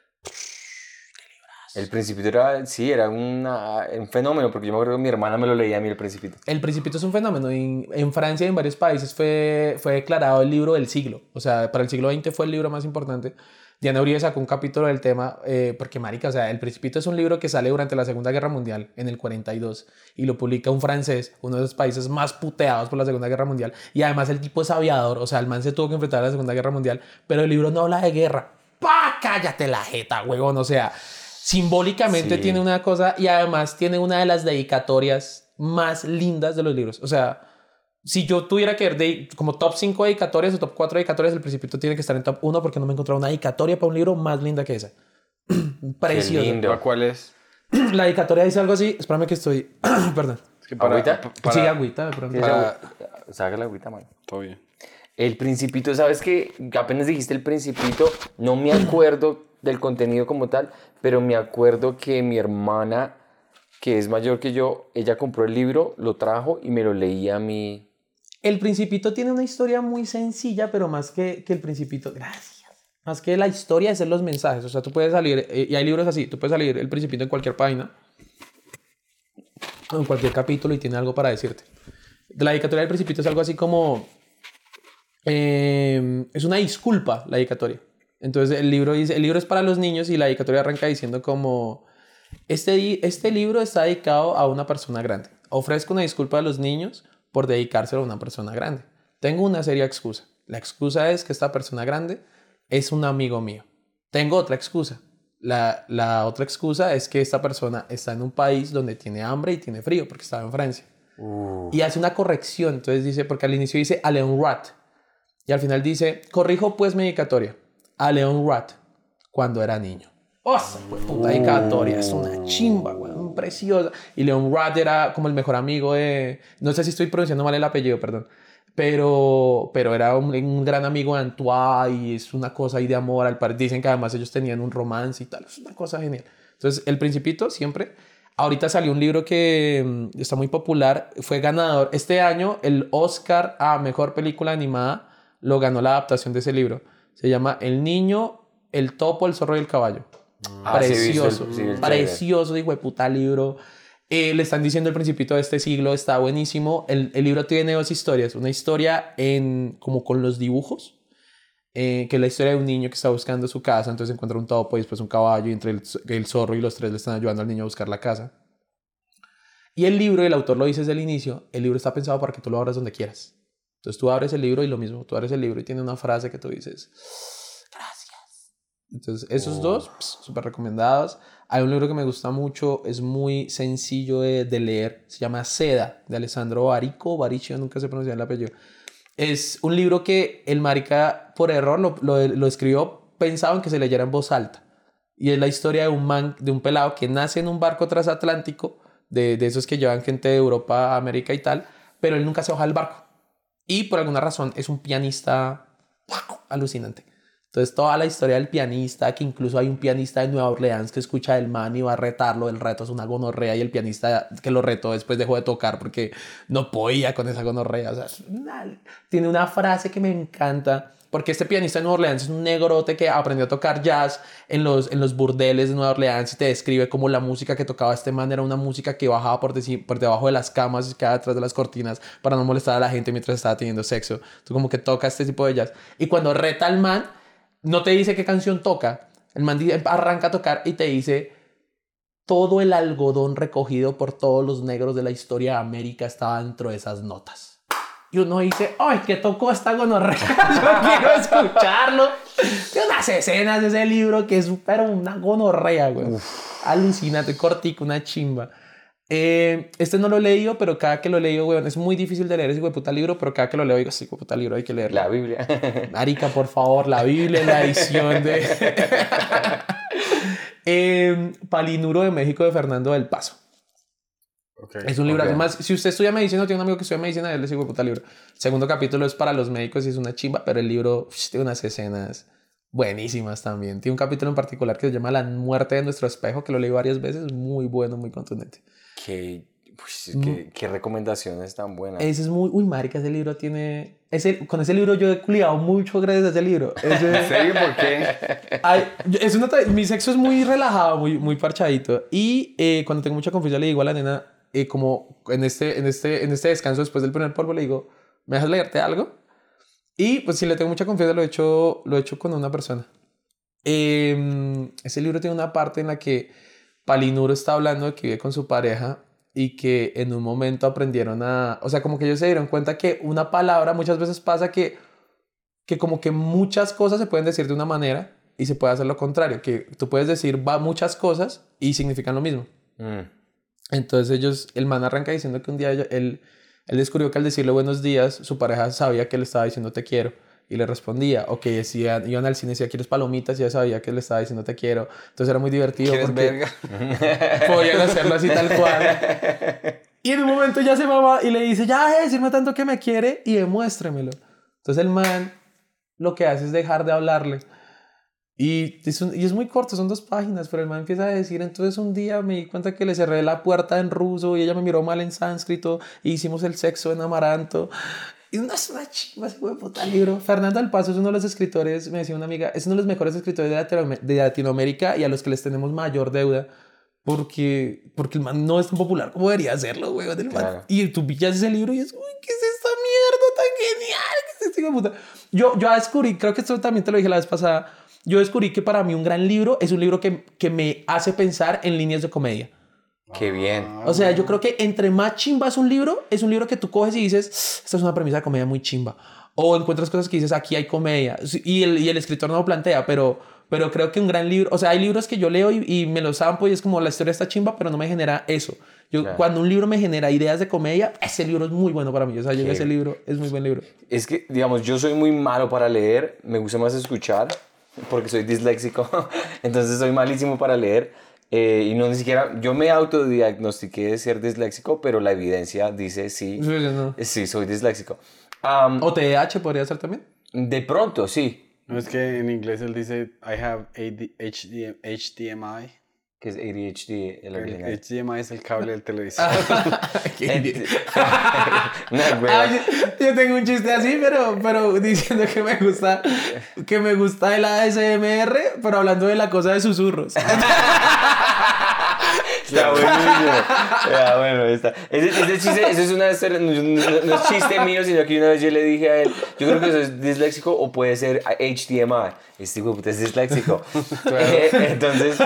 El Principito era un fenómeno, porque yo me acuerdo que mi hermana me lo leía a mí, El Principito. El Principito es un fenómeno. En Francia y en varios países fue declarado el libro del siglo. O sea, para el siglo XX fue el libro más importante. Diana Uribe sacó un capítulo del tema, porque, marica, o sea, El Principito es un libro que sale durante la Segunda Guerra Mundial, en el 42, y lo publica un francés, uno de los países más puteados por la Segunda Guerra Mundial. Y además el tipo es aviador, o sea, el man se tuvo que enfrentar a la Segunda Guerra Mundial, pero el libro no habla de guerra. ¡Pah! ¡Cállate la jeta, huevón! O sea... Simbólicamente tiene una cosa y además tiene una de las dedicatorias más lindas de los libros. O sea, si yo tuviera que ver como top 5 dedicatorias o top 4 dedicatorias, El Principito tiene que estar en top 1 porque no me he encontrado una dedicatoria para un libro más linda que esa. Preciosa. ¿Cuál es? La dedicatoria dice algo así. Espérame que estoy... Perdón. Es que ¿Agüita? Sí, agüita de pronto. Saca la agüita, man. Todo bien. El Principito, ¿sabes qué? Apenas dijiste El Principito, no me acuerdo del contenido como tal, pero me acuerdo que mi hermana, que es mayor que yo, ella compró el libro, lo trajo y me lo leía a mí. El Principito tiene una historia muy sencilla, pero más que El Principito... Gracias. Más que la historia es en los mensajes. O sea, tú puedes salir... y hay libros así. Tú puedes salir El Principito en cualquier página. En cualquier capítulo y tiene algo para decirte. La dedicatoria del Principito es algo así como... es una disculpa la dedicatoria. Entonces el libro es para los niños y la dedicatoria arranca diciendo como este libro está dedicado a una persona grande. Ofrezco una disculpa a los niños por dedicárselo a una persona grande. Tengo una seria excusa. La excusa es que esta persona grande es un amigo mío. Tengo otra excusa. La otra excusa es que esta persona está en un país donde tiene hambre y tiene frío porque estaba en Francia. Y hace una corrección. Entonces dice, porque al inicio dice a Leon Rat y al final dice, corrijo pues mi dedicatoria. A Leon Rat cuando era niño. ¡Oh, esa puta dedicatoria! Es una chimba, güey, preciosa. Y Leon Rat era como el mejor amigo de... No sé si estoy pronunciando mal el apellido, perdón. Pero era un gran amigo de Antoine y es una cosa ahí de amor al par. Dicen que además ellos tenían un romance y tal. Es una cosa genial. Entonces, El Principito siempre... Ahorita salió un libro que está muy popular. Fue ganador. Este año el Oscar a Mejor Película Animada lo ganó la adaptación de ese libro. Se llama El niño, el topo, el zorro y el caballo. Precioso. Sí, precioso, hijo de puta libro. Le están diciendo El Principito de este siglo. Está buenísimo. El libro tiene 2 historias. Una historia como con los dibujos. Que es la historia de un niño que está buscando su casa. Entonces encuentra un topo y después un caballo. Y entre el zorro y los 3 le están ayudando al niño a buscar la casa. Y el libro, el autor lo dice desde el inicio. El libro está pensado para que tú lo abras donde quieras. Entonces tú abres el libro y lo mismo, tú abres el libro y tiene una frase que tú dices, gracias. Entonces esos 2, súper recomendados. Hay un libro que me gusta mucho, es muy sencillo de leer, se llama Seda, de Alessandro Barico, nunca se pronuncia el apellido. Es un libro que el marica por error lo escribió pensado en que se leyera en voz alta. Y es la historia de un pelado que nace en un barco transatlántico, de esos que llevan gente de Europa a América y tal, pero él nunca se baja del barco. Y por alguna razón es un pianista alucinante. Entonces, toda la historia del pianista, que incluso hay un pianista de Nueva Orleans que escucha el man y va a retarlo. El reto es una gonorrea y el pianista que lo retó después dejó de tocar porque no podía con esa gonorrea. O sea, tiene una frase que me encanta. Porque este pianista de Nueva Orleans es un negrote que aprendió a tocar jazz en los burdeles de Nueva Orleans y te describe cómo la música que tocaba este man era una música que bajaba por debajo de las camas y quedaba detrás de las cortinas para no molestar a la gente mientras estaba teniendo sexo. Tú como que toca este tipo de jazz. Y cuando reta al man, no te dice qué canción toca. El man arranca a tocar y te dice: todo el algodón recogido por todos los negros de la historia de América estaba dentro de esas notas. Y uno dice: ¡ay, qué tocó esta gonorrea! Yo quiero escucharlo. Tiene unas escenas de ese libro que es pero una gonorrea, güey. Alucinante, cortico, una chimba. Este no lo he leído, pero cada que lo he leído, güey, es muy difícil de leer ese puta libro, pero cada que lo leo digo: sí, puta libro, hay que leerlo. La Biblia. Marica, por favor, la Biblia en la edición de... Palinuro de México, de Fernando del Paso. Okay, es un libro, además, si usted estudia medicina, tiene un amigo que estudia medicina, él le sigue puta libro. El segundo capítulo es para los médicos y es una chimba, pero el libro tiene unas escenas buenísimas también. Tiene un capítulo en particular que se llama La muerte de nuestro espejo, que lo leí varias veces, muy bueno, muy contundente. Qué recomendaciones tan buenas. Ese es muy... Uy, marica, ese libro tiene... Con ese libro yo he culiado mucho gracias a ese libro. ¿En serio? ¿Por qué? Mi sexo es muy relajado, muy parchadito. Y cuando tengo mucha confianza le digo a la nena, como en este descanso después del primer polvo, le digo: ¿me dejas leerte algo? Y pues si le tengo mucha confianza lo he hecho con una persona. Ese libro tiene una parte en la que Palinuro está hablando de que vive con su pareja y que en un momento aprendieron o sea, como que ellos se dieron cuenta que una palabra, muchas veces pasa que como que muchas cosas se pueden decir de una manera y se puede hacer lo contrario, que tú puedes decir muchas cosas y significan lo mismo. Entonces el man arranca diciendo que un día él descubrió que al decirle buenos días, su pareja sabía que le estaba diciendo te quiero. Y le respondía, o que decían, iban al cine y decía: ¿quieres palomitas? Y ya sabía que le estaba diciendo te quiero. Entonces era muy divertido. ¿Quieres verga? Podían hacerlo así tal cual. Y en un momento ya se va y le dice: ya deje de decirme tanto que me quiere y demuéstremelo. Entonces el man lo que hace es dejar de hablarle. Y es muy corto, son 2 páginas, pero el man empieza a decir: entonces un día me di cuenta que le cerré la puerta en ruso y ella me miró mal en sánscrito y hicimos el sexo en amaranto. Y una chimba ese huevo puta libro. Fernando del Paso es uno de los escritores, me decía una amiga, es uno de los mejores escritores de Latinoamérica y a los que les tenemos mayor deuda. Porque el man no es tan popular como debería serlo, güey. Claro. Y tú pillas ese libro y es: uy, ¿qué es esta mierda tan genial? ¿Qué es este hijo de puta? Yo descubrí, creo que esto también te lo dije la vez pasada, yo descubrí que para mí un gran libro es un libro que me hace pensar en líneas de comedia. ¡Qué bien! O sea, yo creo que entre más chimba es un libro que tú coges y dices: esta es una premisa de comedia muy chimba. O encuentras cosas que dices: aquí hay comedia. Y el escritor no lo plantea, pero creo que un gran libro... O sea, hay libros que yo leo y me los zampo y es como la historia está chimba, pero no me genera eso. Claro. Cuando un libro me genera ideas de comedia, ese libro es muy bueno para mí. O sea, ese libro es muy buen libro. Es que, digamos, yo soy muy malo para leer. Me gusta más escuchar porque soy disléxico. Entonces soy malísimo para leer. Y no ni siquiera... Yo me autodiagnostiqué de ser disléxico, pero la evidencia dice sí. Sí, soy disléxico. ¿O TDAH podría ser también? De pronto, sí. No, es que en inglés él dice: I have HDMI. ¿Qué es ADHD? El HDMI es el cable del televisor. Yo tengo un chiste así, pero diciendo que me gusta el ASMR, pero hablando de la cosa de susurros. Está buenísimo. Ya, bueno, está. Ese chiste, eso es no es chiste mío, sino que una vez yo le dije a él: yo creo que eso es disléxico o puede ser HDMI. Este hijo de puta es disléxico. Entonces.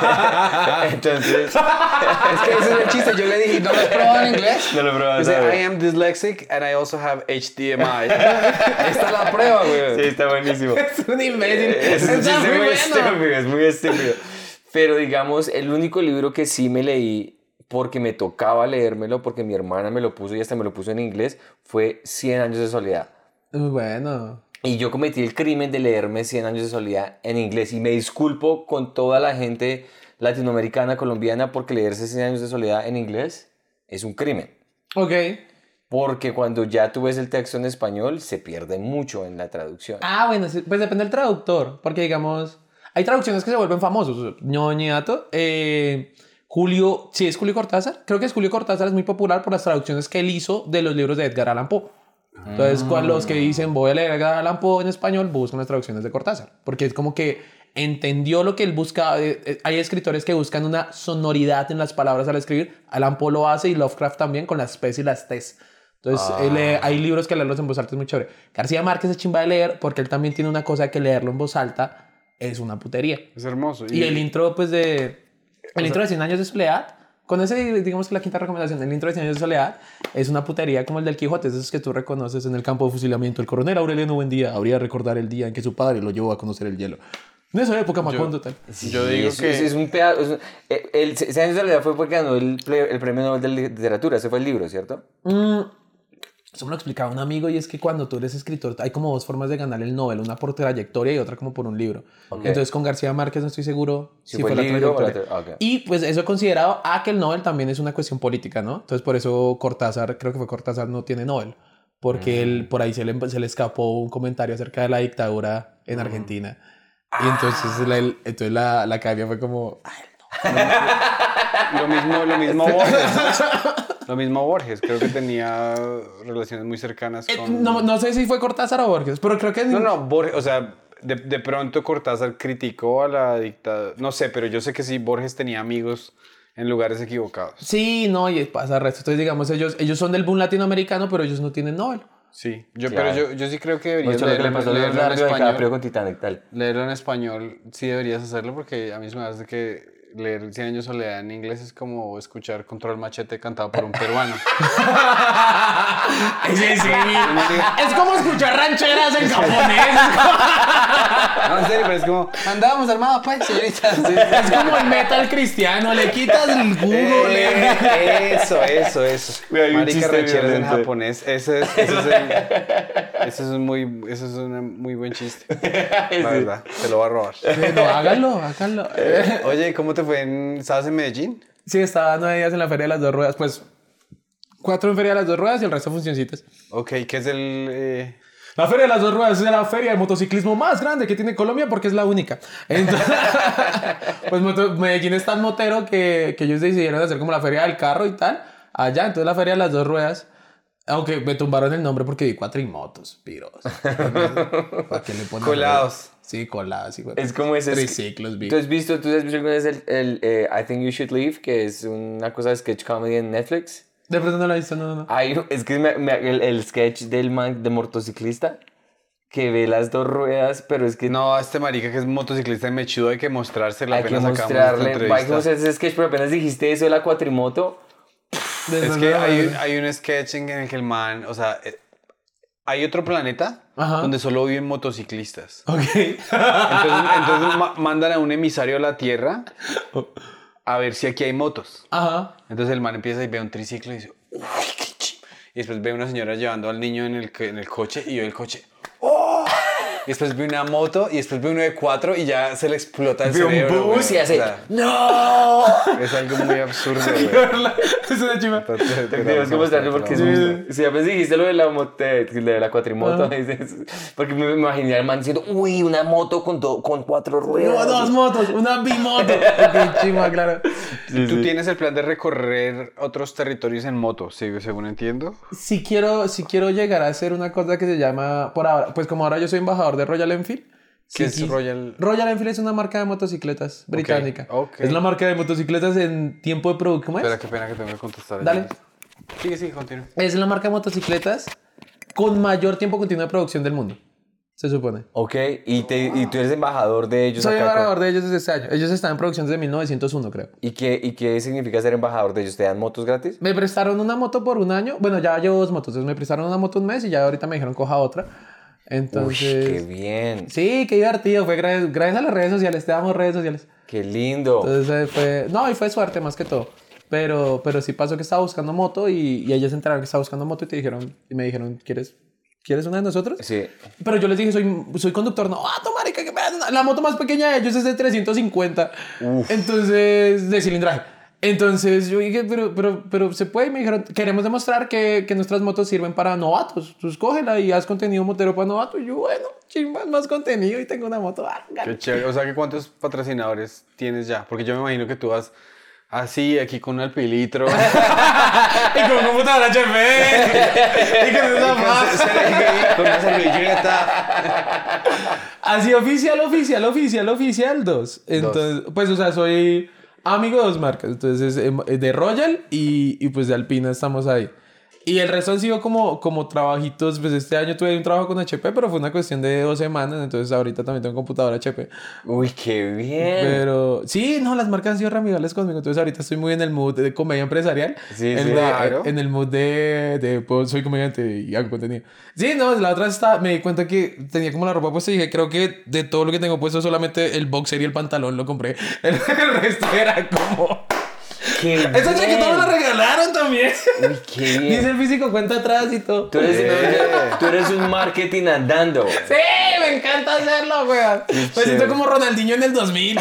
Es que ese es el chiste. Yo le dije: ¿no lo has probado en inglés? No lo he probado. Dice: I am dyslexic and I also have HDMI. Ahí está la prueba, güey. Sí, está buenísimo. Es un imbécil. Es un chiste muy estúpido, es muy estúpido. Pero digamos, el único libro que sí me leí porque me tocaba leérmelo, porque mi hermana me lo puso y hasta me lo puso en inglés, fue 100 años de soledad. Muy bueno. Y yo cometí el crimen de leerme 100 años de soledad en inglés. Y me disculpo con toda la gente latinoamericana, colombiana, porque leerse 100 años de soledad en inglés es un crimen. Ok. porque cuando ya tú ves el texto en español se pierde mucho en la traducción. Ah, bueno, pues depende del traductor, porque digamos, hay traducciones que se vuelven famosos. Ñoñato, Julio, sí es Julio Cortázar, creo que es Julio Cortázar, es muy popular por las traducciones que él hizo de los libros de Edgar Allan Poe. Entonces, cuando los que dicen voy a leer Edgar Allan Poe en español, buscan las traducciones de Cortázar, porque es como que entendió lo que él buscaba. Hay escritores que buscan una sonoridad en las palabras al escribir. Allan Poe lo hace y Lovecraft también con las P's y las T's. Entonces, hay libros que leerlos en voz alta es muy chévere. García Márquez es chimba de leer porque él también tiene una cosa que leerlo en voz alta es una putería. Es hermoso. Y el intro, pues, el intro de 100 años de soledad, con ese, digamos que la quinta recomendación, el intro de 100 años de soledad es una putería como el del Quijote, esos que tú reconoces en el campo de fusilamiento. El coronel Aureliano Buendía habría de recordar el día en que su padre lo llevó a conocer el hielo. En esa época, Macondo, tal. Yo digo que... Es un pedazo... El 100 años de soledad fue porque ganó el premio Nobel de Literatura. Ese fue el libro, ¿cierto? Eso me lo explicaba un amigo y es que cuando tú eres escritor hay como dos formas de ganar el Nobel, una por trayectoria y otra como por un libro. Okay. Entonces con García Márquez no estoy seguro si fue la trayectoria. Okay. Y pues eso considerado que el Nobel también es una cuestión política, ¿no? Entonces por eso Cortázar, creo que fue Cortázar, no tiene Nobel, porque él por ahí se le escapó un comentario acerca de la dictadura en Argentina. Y entonces la academia fue como... Lo mismo Borges. Lo mismo Borges. Creo que tenía relaciones muy cercanas con... No sé si fue Cortázar o Borges, pero creo que... No, Borges, o sea, de pronto Cortázar criticó a la dictadura. No sé, pero yo sé que sí, Borges tenía amigos en lugares equivocados. Sí, no, y pasa el resto. Entonces, digamos, ellos son del boom latinoamericano, pero ellos no tienen Nobel. Sí, pero yo sí creo que deberías leerlo en español. Con Titanic, tal. Leerlo en español sí deberías hacerlo porque a mí se me hace que leer 100 años de soledad en inglés es como escuchar Control Machete cantado por un peruano. Sí. Es como escuchar rancheras en japonés. No, en serio, pero es como... Andábamos armados, pues, señorita. Sí. Es como el metal cristiano, le quitas el jugo. Eso. Marica rancheras en japonés. Ese es un muy buen chiste. La verdad, te lo voy a robar. Pero háganlo. Oye, ¿cómo te fue? ¿Estabas en Medellín? Sí, estaba 9 días en la Feria de las Dos Ruedas. Pues 4 en Feria de las Dos Ruedas y el resto funcioncitas. Ok, ¿qué es el...? La Feria de las Dos Ruedas es la feria de motociclismo más grande que tiene Colombia porque es la única. Entonces, pues Medellín es tan motero que ellos decidieron hacer como la Feria del Carro y tal. Allá, entonces la Feria de las Dos Ruedas. Aunque me tumbaron el nombre porque vi cuatrimotos, piros. ¿Para qué le ponen? Colados. Sí, colados. Sí, es como ese... Triciclos, vi. ¿Tú has visto alguna vez el I Think You Should Leave? Que es una cosa de sketch comedy en Netflix. De pronto no lo he visto, no. Es que el sketch del man de motociclista que ve las dos ruedas, pero es que... No, este marica que es motociclista y mechudo hay que mostrárselo. Hay que mostrarle. Hay que mostrar ese sketch, pero apenas dijiste eso de la cuatrimoto... Es que hay un sketch en el que el man, o sea, hay otro planeta donde solo viven motociclistas. Ok. Entonces mandan a un emisario a la Tierra a ver si aquí hay motos. Ajá. Entonces el man empieza y ve un triciclo y dice, uy, qué chimba. Y después ve a una señora llevando al niño en el coche y ve el coche. ¡Oh! Y después ve una moto y después ve uno de 4 y ya se le explota el cerebro. Un bus y hace, ¡no! Es algo muy absurdo, güey. Es una chimba. Tenemos que mostrarlo porque si apenas dijiste lo de la moto, de la cuatrimoto, porque me imaginé al man diciendo, uy, una moto con 4 ruedas. No, 2 motos, una bimoto. Qué chimba, claro. ¿Tú tienes el plan de recorrer otros territorios en moto, según entiendo? Si quiero llegar a hacer una cosa que se llama, por ahora, pues como ahora yo soy embajador de Royal Enfield. ¿Qué es Royal? Royal Enfield es una marca de motocicletas británica. Okay. Es la marca de motocicletas en tiempo de producción. ¿Cómo es? Espera, qué pena que tengo que contestar. Dale. Sigue, continúa. Es la marca de motocicletas con mayor tiempo continuo de producción del mundo, se supone. Ok, y tú eres embajador de ellos. Soy embajador de ellos desde este año. Ellos están en producción desde 1901, creo. ¿Y qué significa ser embajador de ellos? ¿Te dan motos gratis? Me prestaron una moto por un año. Bueno, ya llevo 2 motos. Entonces me prestaron una moto un mes y ya ahorita me dijeron coja otra. Entonces... Uy, qué bien. Sí, qué divertido. Fue gracias a las redes sociales. Te damos redes sociales. Qué lindo. Entonces y fue suerte más que todo. Pero sí pasó que estaba buscando moto y ellos se enteraron que estaba buscando moto y me dijeron, ¿quieres una de nosotros? Sí. Pero yo les dije, soy conductor. No, marica, que me dan la moto más pequeña de ellos es de 350. Uf. Entonces, de cilindraje. Entonces yo dije, pero se puede. Y me dijeron, queremos demostrar que nuestras motos sirven para novatos. Tú escógela y haz contenido motero para novatos. Y yo, bueno, chimba, más contenido y tengo una moto. Qué chévere. O sea, que ¿cuántos patrocinadores tienes ya? Porque yo me imagino que tú vas así, aquí con un alpilitro. Y con computadora HP. Y con esa más. Con una servilleta. Así oficial 2. Entonces, pues, o sea, soy amigo de 2 marcas. Entonces, de Royal y pues de Alpina estamos ahí. Y el resto han sido como trabajitos. Pues este año tuve un trabajo con HP, pero fue una cuestión de 2 semanas. Entonces ahorita también tengo computadora HP. Uy, qué bien. Pero sí, no, las marcas han sido re amigables conmigo. Entonces ahorita estoy muy en el mood de comedia empresarial. Sí, claro. En el mood de pues, soy comediante y hago contenido. Sí, no, la otra vez me di cuenta que tenía como la ropa puesta y dije, creo que de todo lo que tengo puesto solamente el boxer y el pantalón lo compré. El resto era como... Esa chaqueta me la regalaron también. Uy, qué bien. Dice el físico cuenta atrás y todo. Tú eres un marketing andando. Sí, me encanta hacerlo, weón. Me siento como Ronaldinho en el 2000.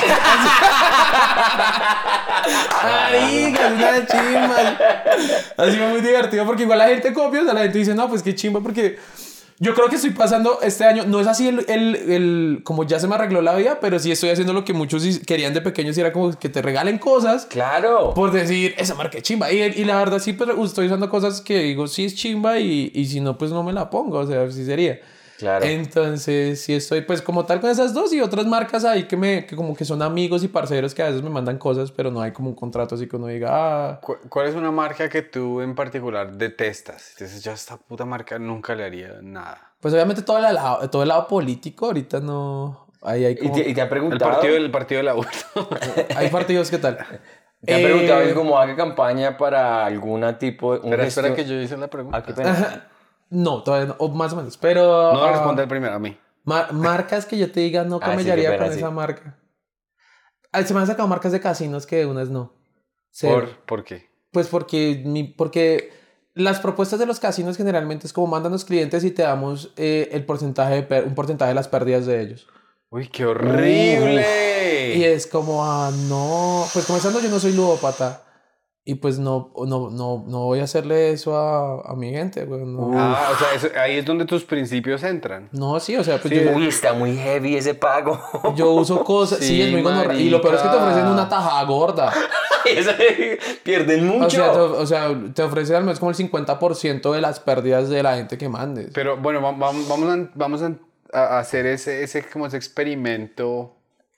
Marica, es una chimba. Así fue muy divertido porque igual la gente copia, o sea, la gente dice, no, pues qué chimba porque... Yo creo que estoy pasando este año, no es así como ya se me arregló la vida, pero sí estoy haciendo lo que muchos querían de pequeños y era como que te regalen cosas. Claro. Por decir, esa marca es chimba. Y la verdad sí, pero estoy usando cosas que digo, sí es chimba y si no, pues no me la pongo, o sea, así sería. Claro. Entonces sí estoy pues como tal con esas 2 y otras marcas ahí que como que son amigos y parceros que a veces me mandan cosas, pero no hay como un contrato así que uno diga, ah... ¿Cuál es una marca que tú en particular detestas? Entonces, yo a esta puta marca nunca le haría nada. Pues obviamente todo el lado político ahorita no... Ahí hay como... ¿Y te ha preguntado? El partido del aborto. Hay partidos, ¿qué tal? ¿Te ha preguntado cómo haga campaña para alguna tipo de... Espera que yo hice la pregunta. Ah, qué pena. No, todavía no, o más o menos, pero... No responde el primero, a mí. Marcas que yo te diga no camellaría con esa marca. Se me han sacado marcas de casinos que de unas no. ¿Por qué? Pues porque las propuestas de los casinos generalmente es como mándanos clientes y te damos un porcentaje de las pérdidas de ellos. ¡Uy, qué horrible! Y es como, no, pues comenzando yo no soy ludópata. Y pues no voy a hacerle eso a mi gente, güey. No. O sea, ahí es donde tus principios entran. No, sí, o sea, pues sí. Uy, está muy heavy ese pago. Yo uso cosas, sí es muy gonorrea. Y lo peor es que te ofrecen una tajada gorda. Pierden mucho. O sea, te ofrecen al menos como el 50% de las pérdidas de la gente que mandes. Pero bueno, vamos a hacer ese experimento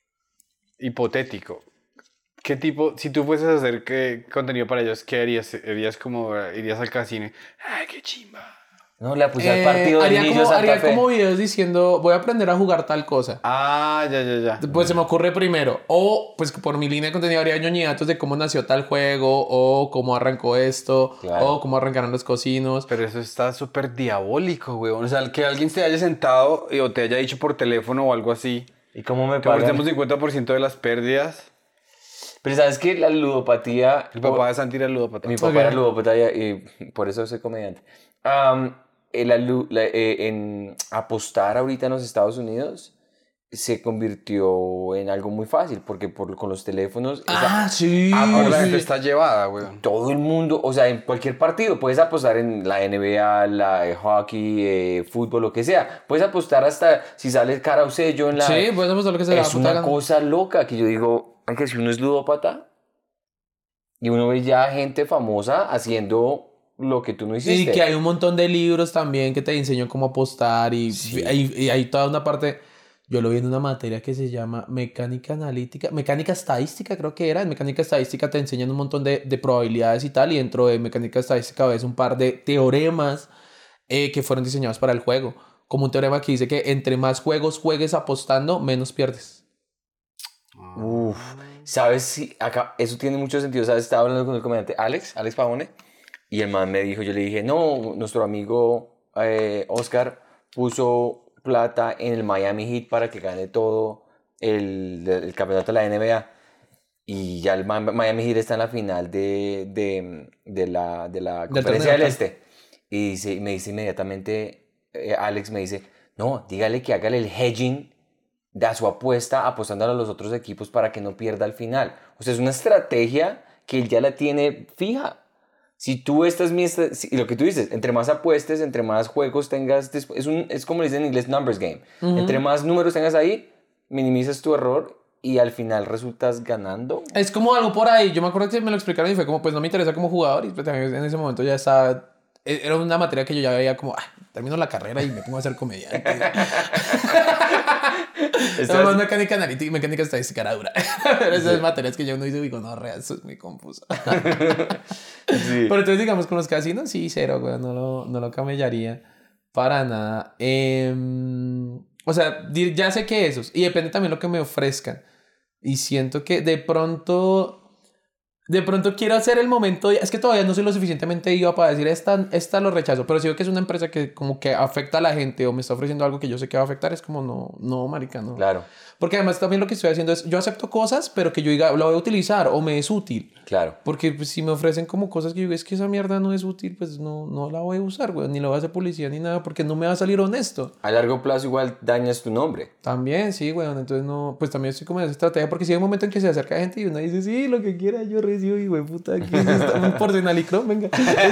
hipotético. ¿Qué tipo, si tú fueses a hacer contenido para ellos, qué harías? ¿Irías al casino? ¡Ay, qué chimba! No, le puse al partido del Niño Santa Fe. Haría como videos diciendo, voy a aprender a jugar tal cosa. Ya. Pues se me ocurre primero. O, pues por mi línea de contenido haría ñoñidatos de cómo nació tal juego, o cómo arrancó esto, claro. O cómo arrancaron los cocinos. Pero eso está súper diabólico, güey. O sea, que alguien se haya sentado o te haya dicho por teléfono o algo así. ¿Y cómo me pagan? Te ofrecemos 50% de las pérdidas. Pero ¿sabes qué? La ludopatía... Mi papá de Santi era ludópata. Mi papá era ludópata y por eso soy comediante. En apostar ahorita en los Estados Unidos se convirtió en algo muy fácil porque con los teléfonos... Sí. Ahora la gente está llevada, güey. Todo el mundo, o sea, en cualquier partido. Puedes apostar en la NBA, la hockey, fútbol, lo que sea. Puedes apostar hasta si sale cara o sello en la... Sí, puedes apostar lo que sea. Es una cosa loca que yo digo... Que si uno es ludópata y uno ve ya gente famosa haciendo lo que tú no hiciste. Y que hay un montón de libros también que te enseñan cómo apostar y hay toda una parte... Yo lo vi en una materia que se llama mecánica estadística creo que era. En mecánica estadística te enseñan un montón de probabilidades y tal, y dentro de mecánica estadística ves un par de teoremas que fueron diseñados para el juego. Como un teorema que dice que entre más juegos juegues apostando, menos pierdes. Uf, ¿sabes si acá eso tiene mucho sentido? ¿Sabes? Estaba hablando con el comediante Alex Pavone, y el man me dijo, yo le dije, no, nuestro amigo Oscar puso plata en el Miami Heat para que gane todo el campeonato de la NBA, y ya el Miami Heat está en la final de la conferencia del Este, y me dice inmediatamente, Alex me dice, no, dígale que hágale el hedging de su apuesta apostando a los otros equipos para que no pierda al final. O sea, es una estrategia que él ya la tiene fija. Si tú y lo que tú dices, entre más apuestes, entre más juegos tengas, es como le dicen en inglés, numbers game. Entre más números tengas ahí, minimizas tu error y al final resultas ganando. Es como algo por ahí. Yo me acuerdo que me lo explicaron y fue como, pues no me interesa como jugador. Y pues también en ese momento ya estaba... Era una materia que yo ya veía como, termino la carrera y me pongo a ser comediante. Estaba más mecánica analítica y mecánica estadística era dura. Pero esas materias que yo no hice, digo, no, real, eso es muy confuso. Sí. Pero entonces, digamos, con los casinos, sí, cero, güey, no lo camellaría para nada. O sea, ya sé que esos. Y depende también lo que me ofrezcan. Y siento que de pronto quiero hacer el momento... Es que todavía no soy lo suficientemente iba para decir esta lo rechazo. Pero si veo que es una empresa que como que afecta a la gente o me está ofreciendo algo que yo sé que va a afectar, es como no, marica, no. Claro. Porque además también lo que estoy haciendo es... Yo acepto cosas, pero que yo diga, lo voy a utilizar o me es útil. Claro. Porque pues, si me ofrecen como cosas que yo digo, es que esa mierda no es útil, pues no la voy a usar, güey. Ni la voy a hacer publicidad ni nada, porque no me va a salir honesto. A largo plazo igual dañas tu nombre. También, sí, güey. Entonces no... Pues también estoy como en esa estrategia, porque si hay un momento en que se acerca gente y uno dice, sí, lo que quiera, yo recibo y güey, puta, aquí es un porcenalicrón, venga.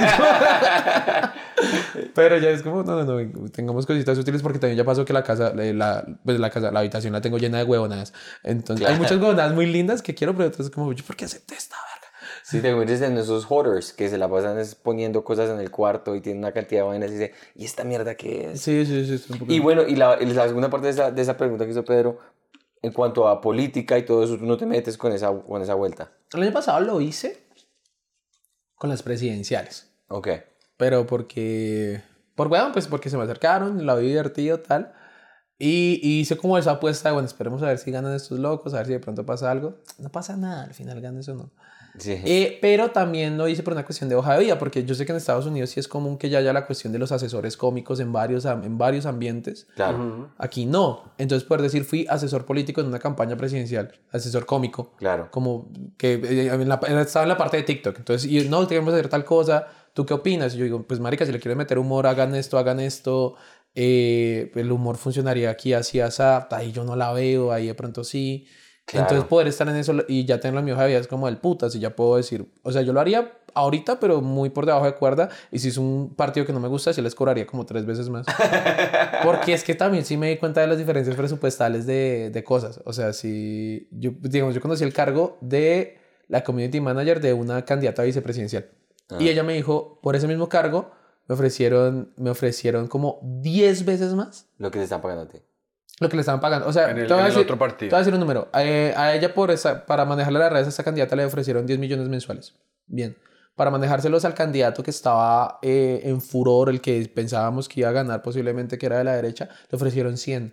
Pero ya es como, no, tengamos cositas útiles, porque también ya pasó que la habitación la tengo llena de huevonadas. Entonces, claro. Hay muchas huevonadas muy lindas que quiero, pero entonces como, ¿por qué acepté esta verga? Sí, te metes en esos hoarders que se la pasan poniendo cosas en el cuarto y tienen una cantidad de vainas y dice, ¿y esta mierda qué es? Sí. Y bueno, y la segunda parte de esa pregunta que hizo Pedro, en cuanto a política y todo eso, tú no te metes con esa vuelta. El año pasado lo hice con las presidenciales. Ok. Pero porque se me acercaron, la vi divertido, tal. Y hice como esa apuesta de, bueno, esperemos a ver si ganan estos locos, a ver si de pronto pasa algo. No pasa nada, al final ganes o no. Sí. Pero también lo hice por una cuestión de hoja de vida, porque yo sé que en Estados Unidos sí es común que ya haya la cuestión de los asesores cómicos en varios ambientes. Claro. Aquí no. Entonces, poder decir, fui asesor político en una campaña presidencial, asesor cómico. Claro. Como que estaba en la parte de TikTok. Entonces, no, tenemos que hacer tal cosa. ¿Tú qué opinas? Y yo digo, pues marica, si le quieren meter humor, hagan esto. El humor funcionaría aquí, así, así. Ahí yo no la veo, ahí de pronto sí. Claro. Entonces poder estar en eso y ya tenerlo en mi hoja de vida es como el putas. Y ya puedo decir, o sea, yo lo haría ahorita, pero muy por debajo de cuerda. Y si es un partido que no me gusta, sí les cobraría como 3 veces más. Porque es que también sí me di cuenta de las diferencias presupuestales de cosas. O sea, si yo conocí el cargo de la community manager de una candidata a vicepresidencial. Y ella me dijo, por ese mismo cargo, me ofrecieron como 10 veces más. Lo que te están pagando a ti. Lo que le estaban pagando. O sea, en el otro partido. Te voy a decir un número. A ella, para manejarle las redes a esta candidata, le ofrecieron 10 millones mensuales. Bien. Para manejárselos al candidato que estaba en furor, el que pensábamos que iba a ganar posiblemente, que era de la derecha, le ofrecieron 100.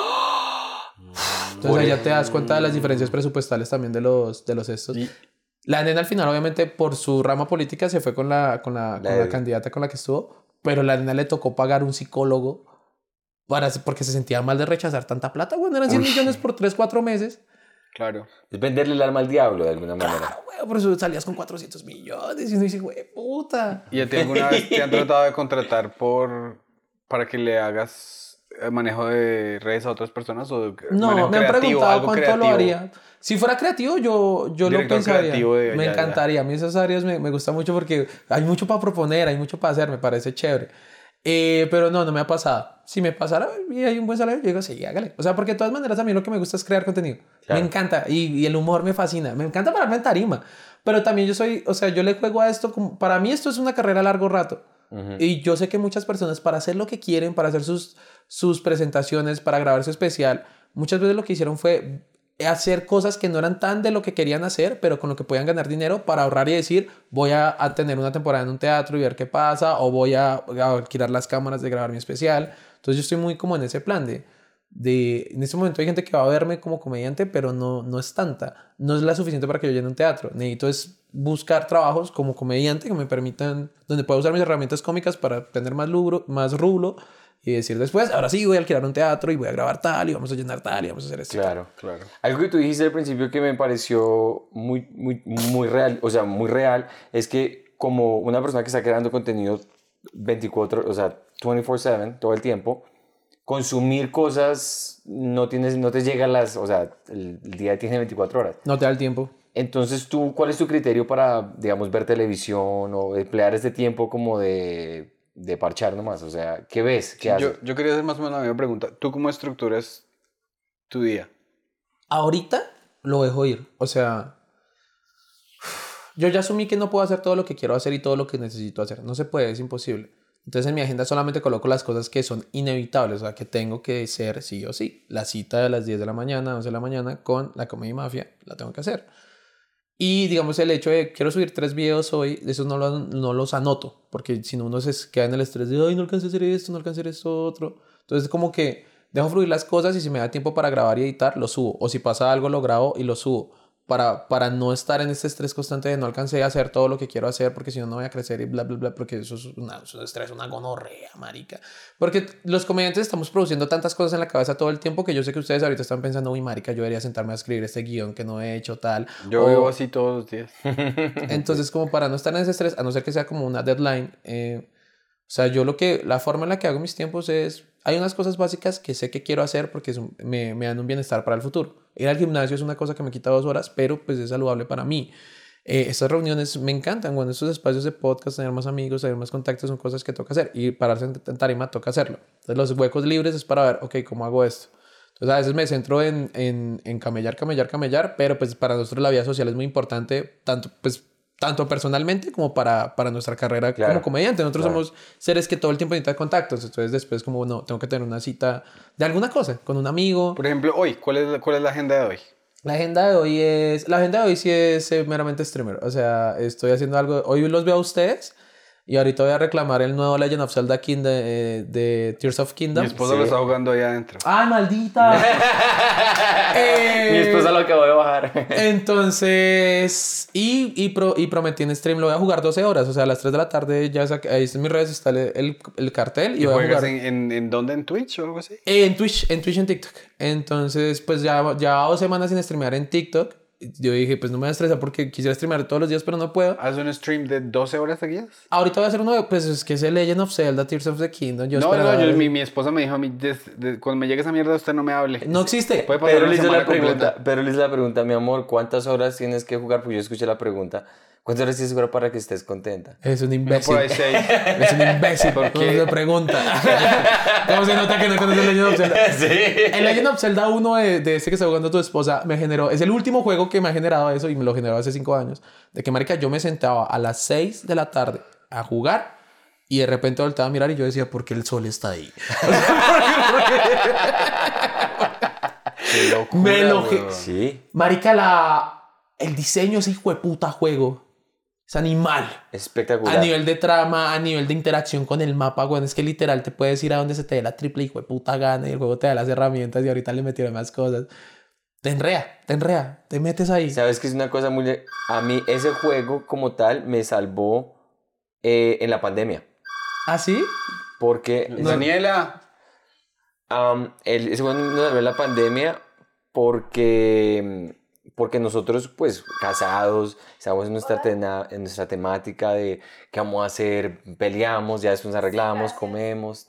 Entonces ahí ya te das cuenta de las diferencias presupuestales también de los estos. ¿Y? La nena al final, obviamente, por su rama política, se fue con la candidata con la que estuvo, pero la nena le tocó pagar un psicólogo porque se sentía mal de rechazar tanta plata. Bueno, eran 100 millones por 3-4 meses. Claro. Es venderle el alma al diablo, de alguna manera. Claro, güey, por eso salías con 400 millones y uno dice, güey, puta. ¿Y a ti alguna vez te han tratado de contratar para que le hagas manejo de redes a otras personas? ¿O no, me han preguntado cuánto lo haría. Si fuera creativo, yo lo pensaría. Me encantaría. A mí esas áreas me gustan mucho porque hay mucho para proponer, hay mucho para hacer, me parece chévere. Pero no me ha pasado. Si me pasara y hay un buen salario, yo digo, sí, hágale. O sea, porque de todas maneras a mí lo que me gusta es crear contenido. Claro. Me encanta. Y el humor me fascina. Me encanta pararme en tarima. Pero también yo le juego a esto como... Para mí esto es una carrera a largo rato. Uh-huh. Y yo sé que muchas personas para hacer lo que quieren, para hacer sus presentaciones, para grabar su especial, muchas veces lo que hicieron fue hacer cosas que no eran tan de lo que querían hacer, pero con lo que podían ganar dinero para ahorrar y decir, voy a tener una temporada en un teatro y ver qué pasa, o voy a alquilar las cámaras de grabar mi especial. Entonces yo estoy muy como en ese plan de en este momento hay gente que va a verme como comediante, pero no es tanta. No es la suficiente para que yo llene un teatro. Necesito es buscar trabajos como comediante que me permitan, donde pueda usar mis herramientas cómicas para tener más rublo y decir después, ahora sí voy a alquilar un teatro y voy a grabar tal y vamos a llenar tal y vamos a hacer esto. Claro. Algo que tú dijiste al principio que me pareció muy real, o sea, muy real, es que como una persona que está creando contenido 24/7, todo el tiempo, consumir cosas no te llega o sea, el día tiene 24 horas. No te da el tiempo. Entonces, ¿cuál es tu criterio para, digamos, ver televisión o emplear este tiempo como de parchar nomás? O sea, ¿qué ves? ¿Qué haces? Yo quería hacer más o menos la misma pregunta. ¿Tú cómo estructuras tu día? Ahorita lo dejo ir. O sea, yo ya asumí que no puedo hacer todo lo que quiero hacer y todo lo que necesito hacer. No se puede, es imposible. Entonces en mi agenda solamente coloco las cosas que son inevitables, o sea, que tengo que ser sí o sí. La cita de las 10 de la mañana, 11 de la mañana con la Comedia Mafia, la tengo que hacer. Y digamos el hecho de quiero subir 3 videos hoy, de esos no los anoto, porque si no uno se queda en el estrés de, ay, no alcancé a hacer esto, no alcancé a hacer esto otro. Entonces como que dejo fluir las cosas y si me da tiempo para grabar y editar, lo subo. O si pasa algo, lo grabo y lo subo. Para no estar en este estrés constante de no alcancé a hacer todo lo que quiero hacer porque si no, no voy a crecer y bla, bla, bla, porque eso es un estrés, una gonorrea, marica. Porque los comediantes estamos produciendo tantas cosas en la cabeza todo el tiempo que yo sé que ustedes ahorita están pensando, uy, marica, yo debería sentarme a escribir este guión que no he hecho, tal. Yo vivo así todos los días. Entonces, como para no estar en ese estrés, a no ser que sea como una deadline, o sea, la forma en la que hago mis tiempos es, hay unas cosas básicas que sé que quiero hacer porque me dan un bienestar para el futuro. Ir al gimnasio es una cosa que me quita 2 horas, pero pues es saludable para mí. Estas reuniones me encantan, bueno, estos espacios de podcast, tener más amigos, tener más contactos son cosas que toca hacer y pararse en tarima toca hacerlo. Entonces los huecos libres es para ver, ok, ¿cómo hago esto? Entonces a veces me centro en camellar, pero pues para nosotros la vida social es muy importante, tanto personalmente como para nuestra carrera como comediante. Nosotros somos seres que todo el tiempo necesitan contactos. Entonces después como, no, tengo que tener una cita de alguna cosa, con un amigo. Por ejemplo, hoy, ¿cuál es la agenda de hoy? La agenda de hoy sí es meramente streamer. O sea, estoy haciendo algo. Hoy los veo a ustedes y ahorita voy a reclamar el nuevo Legend of Zelda de Tears of Kingdom. Mi esposa lo está jugando ahí adentro. ¡Ay, maldita! Mi esposa lo acabó de bajar. Entonces, y prometí en stream, lo voy a jugar 12 horas. O sea, a las 3 de la tarde ya ahí en mis redes está el cartel. ¿Y voy a juegas jugar en dónde? ¿En Twitch o algo así? en Twitch, en TikTok. Entonces, pues ya 2 semanas sin streamear en TikTok. Yo dije, pues no me voy a estresar porque quisiera streamear todos los días, pero no puedo. ¿Haces un stream de 12 horas seguidas? Ahorita voy a hacer uno, pues es que es el Legend of Zelda, Tears of the Kingdom. Mi esposa me dijo a mí, cuando me llegue esa mierda usted no me hable. No existe. Puede pasar Pero una le hice semana la pregunta, completa. pero le hice la pregunta, mi amor, ¿cuántas horas tienes que jugar? Pues yo escuché la pregunta. ¿Cuántas horas tienes que jugar para que estés contenta? Es un imbécil. Por ahí 6. Es un imbécil. ¿Por qué? Se pregunta. ¿Cómo se nota que no conoce el Legend of Zelda? Sí. El Legend of Zelda 1 de ese que está jugando tu esposa me generó... Es el último juego que me ha generado eso y me lo generó hace 5 años. De que, marica, yo me sentaba a las 6 de la tarde a jugar y de repente volteaba a mirar y yo decía, ¿por qué el sol está ahí? Qué locura, Me enojé. weón. Sí. Marica, el diseño es hijo de puta juego. Es animal. Espectacular. A nivel de trama, a nivel de interacción con el mapa, güey. Es que literal te puedes ir a donde se te dé la triple hijo de puta gana y el juego te da las herramientas y ahorita le metieron más cosas. Te enrea, te metes ahí. Sabes que es una cosa muy... A mí ese juego como tal me salvó en la pandemia. ¿Ah, sí? Porque... Daniela. Ese juego nos salvó en la pandemia porque nosotros, pues, casados, estábamos en nuestra temática de qué vamos a hacer, peleamos, ya después nos arreglamos, comemos,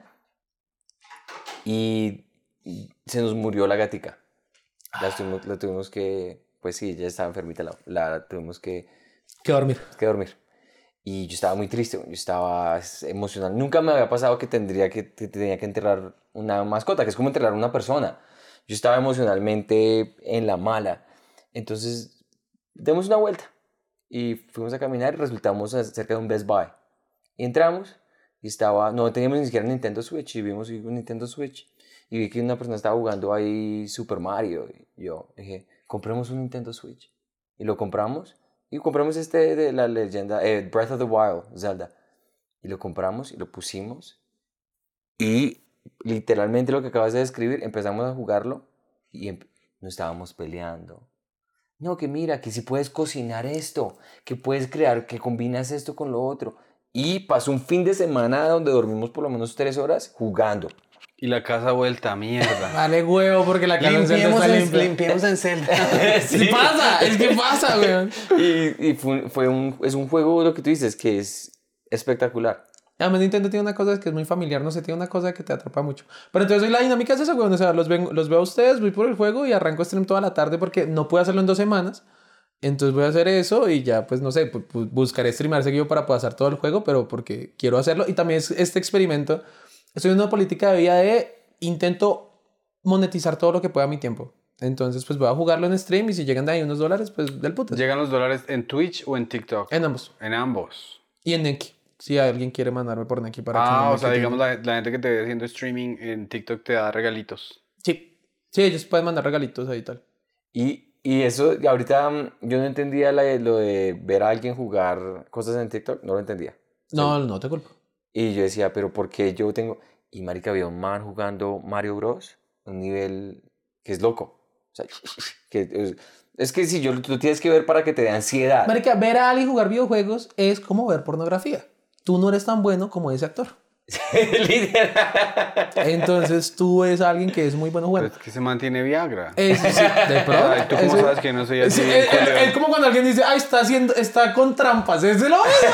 y se nos murió la gatica. La tuvimos que, pues sí, ya estaba enfermita, la tuvimos que dormir. Y yo estaba muy triste, yo estaba emocional. Nunca me había pasado que tenía que enterrar una mascota, que es como enterrar una persona. Yo estaba emocionalmente en la mala. Entonces, dimos una vuelta y fuimos a caminar y resultamos cerca de un Best Buy. Y entramos y no teníamos ni siquiera Nintendo Switch y vimos un Nintendo Switch. Y vi que una persona estaba jugando ahí Super Mario. Y yo dije, compremos un Nintendo Switch. Y lo compramos. Y compramos de la leyenda, Breath of the Wild, Zelda. Y lo compramos y lo pusimos. Y literalmente lo que acabas de describir, empezamos a jugarlo y no estábamos peleando. No, que mira, que si puedes cocinar esto, que puedes crear, que combinas esto con lo otro. Y pasó un fin de semana donde dormimos por lo menos 3 horas jugando. Y la casa vuelta a mierda. Vale, huevo, porque la casa Limpiemos en Zelda. Sí pasa, es que pasa, weón. Y es un juego, lo que tú dices, que es espectacular. Además, Nintendo tiene una cosa que es muy familiar, no sé, tiene una cosa que te atrapa mucho. Pero entonces la dinámica es esa, weón. O sea, los veo a ustedes, voy por el juego y arranco stream toda la tarde porque no puedo hacerlo en 2 semanas. Entonces voy a hacer eso y ya, pues no sé, buscaré streamar seguido para pasar todo el juego, pero porque quiero hacerlo. Y también es este experimento. Estoy en una política de vida de intento monetizar todo lo que pueda a mi tiempo. Entonces, pues voy a jugarlo en stream y si llegan de ahí unos dólares, pues del putas. ¿Llegan los dólares en Twitch o en TikTok? En ambos. En ambos. Y en Neki. Si alguien quiere mandarme por Neki para que no o sea, digamos, la gente que te ve haciendo streaming en TikTok te da regalitos. Sí. Sí, ellos pueden mandar regalitos ahí y tal. Y eso, ahorita yo no entendía lo de ver a alguien jugar cosas en TikTok, no lo entendía. No, no te culpo. Y yo decía, pero ¿por qué yo tengo...? Y marica, había un man jugando Mario Bros. Un nivel que es loco. O sea, es que si lo tienes que ver para que te dé ansiedad. Marica, ver a alguien jugar videojuegos es como ver pornografía. Tú no eres tan bueno como ese actor. Literal. Entonces tú ves a alguien que es muy bueno jugando. Pero es que se mantiene Viagra. Sí, de pronto. Ay, ¿tú cómo sabes que no soy así? Es como cuando alguien dice, está con trampas. Es de lo mismo.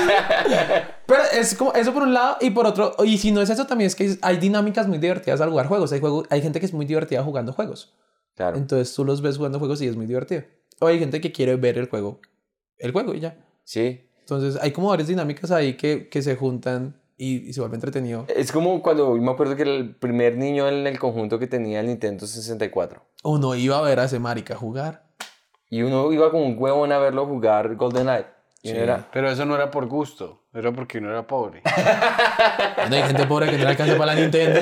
Pero es como eso por un lado y por otro. Y si no es eso, también es que hay dinámicas muy divertidas al jugar juegos. Hay gente que es muy divertida jugando juegos. Claro. Entonces tú los ves jugando juegos y es muy divertido. O hay gente que quiere ver el juego y ya. Sí. Entonces hay como varias dinámicas ahí que se juntan y se vuelve entretenido. Es como cuando me acuerdo que el primer niño en el conjunto que tenía el Nintendo 64. Uno iba a ver a ese marica jugar. Y uno iba con un huevón a verlo jugar GoldenEye. Sí, pero eso no era por gusto, era porque uno era pobre. Bueno, hay gente pobre que no le alcanza para la Nintendo.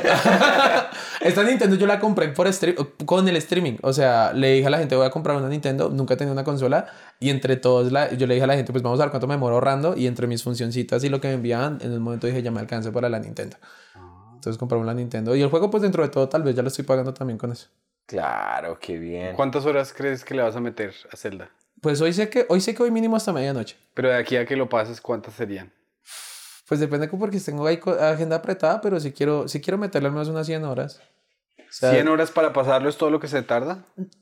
Esta Nintendo yo la compré con el streaming. O sea, le dije a la gente, voy a comprar una Nintendo. Nunca tenía una consola. Y entre todos, yo le dije a la gente, pues vamos a ver cuánto me demoro ahorrando. Y entre mis funcioncitas y lo que me enviaban, en el momento dije, ya me alcanza para la Nintendo. Entonces compramos la Nintendo. Y el juego, pues dentro de todo, tal vez ya lo estoy pagando también con eso. Claro, qué bien. ¿Cuántas horas crees que le vas a meter a Zelda? Pues hoy sé que hoy mínimo hasta medianoche. Pero de aquí a que lo pases, ¿cuántas serían? Pues depende porque tengo ahí agenda apretada, pero si quiero meterle al menos unas 100 horas. O sea, ¿100 horas para pasarlo es todo lo que se tarda?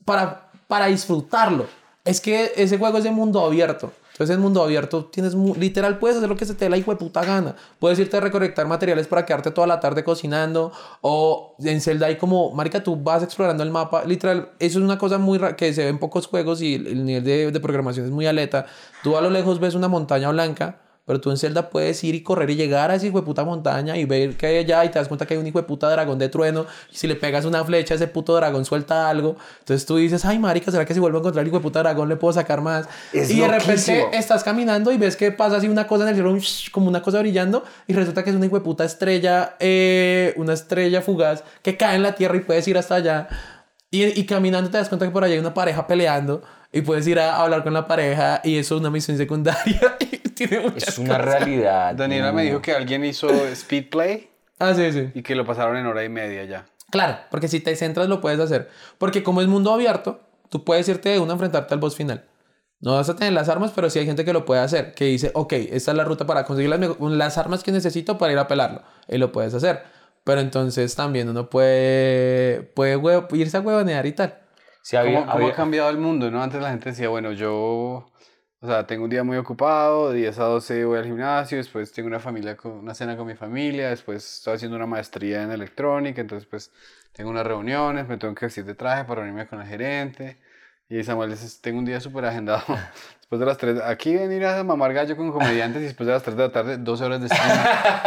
Para disfrutarlo. Es que ese juego es de mundo abierto. Entonces en mundo abierto literal puedes hacer lo que se te dé la hijueputa gana. Puedes irte a recolectar materiales para quedarte toda la tarde cocinando. O en Zelda hay como, marica, tú vas explorando el mapa. Literal, eso es una cosa muy que se ve en pocos juegos y el nivel de programación es muy aleta. Tú a lo lejos ves una montaña blanca, pero tú en Zelda puedes ir y correr y llegar a esa hijueputa montaña y ver que hay allá y te das cuenta que hay un hijueputa dragón de trueno. Y si le pegas una flecha, ese puto dragón suelta algo. Entonces tú dices, ay, marica, ¿será que si vuelvo a encontrar el hijueputa dragón le puedo sacar más? Y de repente estás caminando y ves que pasa así una cosa en el cielo, como una cosa brillando, y resulta que es una hijueputa estrella, una estrella fugaz que cae en la tierra y puedes ir hasta allá. Y caminando te das cuenta que por allá hay una pareja peleando y puedes ir a hablar con la pareja y eso es una misión secundaria y tiene muchas Es una cosas. realidad. Daniela me dijo que alguien hizo speedplay. Sí. Y que lo pasaron en 1 hora y media ya. Claro, porque si te centras lo puedes hacer. Porque como es mundo abierto, tú puedes irte de una a enfrentarte al boss final. No vas a tener las armas, pero sí hay gente que lo puede hacer. Que dice, ok, esta es la ruta para conseguir las armas que necesito para ir a pelarlo. Y lo puedes hacer. Pero entonces también uno puede irse a huevonear y tal. Sí, ¿Cómo ha cambiado el mundo, no? Antes la gente decía, bueno, yo... O sea, tengo un día muy ocupado, de 10 a 12 voy al gimnasio, después tengo una cena con mi familia, después estoy haciendo una maestría en electrónica, entonces pues tengo unas reuniones, me tengo que vestir de traje para reunirme con el gerente. Y Samuel dice, tengo un día súper agendado. Después de las 3, aquí venir a mamar gallo con comediantes y después de las 3 de la tarde, 12 horas de streaming.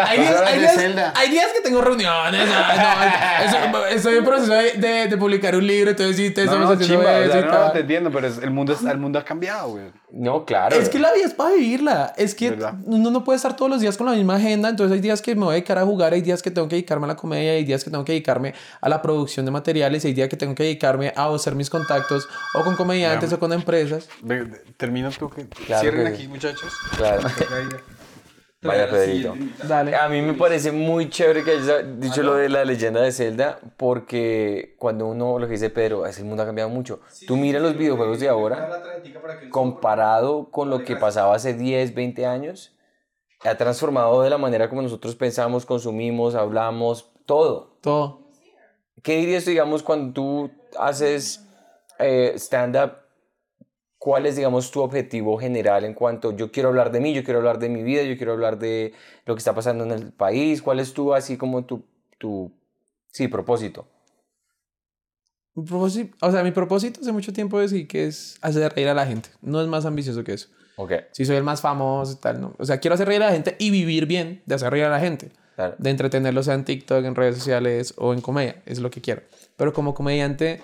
Hay días que tengo reuniones. Estoy en proceso de publicar un libro, entonces sí, te estamos haciendo eso y tal. No, te entiendo, pero el mundo ha cambiado, güey. No, claro. Es que la vida es para vivirla. Es que uno no puede estar todos los días con la misma agenda. Entonces hay días que me voy a dedicar a jugar, hay días que tengo que dedicarme a la comedia, hay días que tengo que dedicarme a la producción de materiales, hay días que tengo que dedicarme a hacer mis contactos o con comediantes o con empresas. Termino tú que Claro cierren que aquí, muchachos. Claro. Vaya, Pedrito. Dale. A mí me parece muy chévere que hayas dicho lo de la leyenda de Zelda, porque cuando uno, lo que dice Pedro, es el mundo ha cambiado mucho. Tú miras los videojuegos de ahora, comparado con lo que pasaba hace 10, 20 años, ha transformado de la manera como nosotros pensamos, consumimos, hablamos, todo. Todo. ¿Qué dirías, digamos, cuando tú haces stand-up? ¿Cuál es, digamos, tu objetivo general en cuanto yo quiero hablar de mí, yo quiero hablar de mi vida, yo quiero hablar de lo que está pasando en el país? ¿Cuál es así como tu propósito? Mi propósito hace mucho tiempo decidí que es hacer reír a la gente. No es más ambicioso que eso. Okay. Si soy el más famoso y tal, no. O sea, quiero hacer reír a la gente y vivir bien de hacer reír a la gente. Claro. De entretenerlos sea en TikTok, en redes sociales o en comedia. Es lo que quiero. Pero como comediante,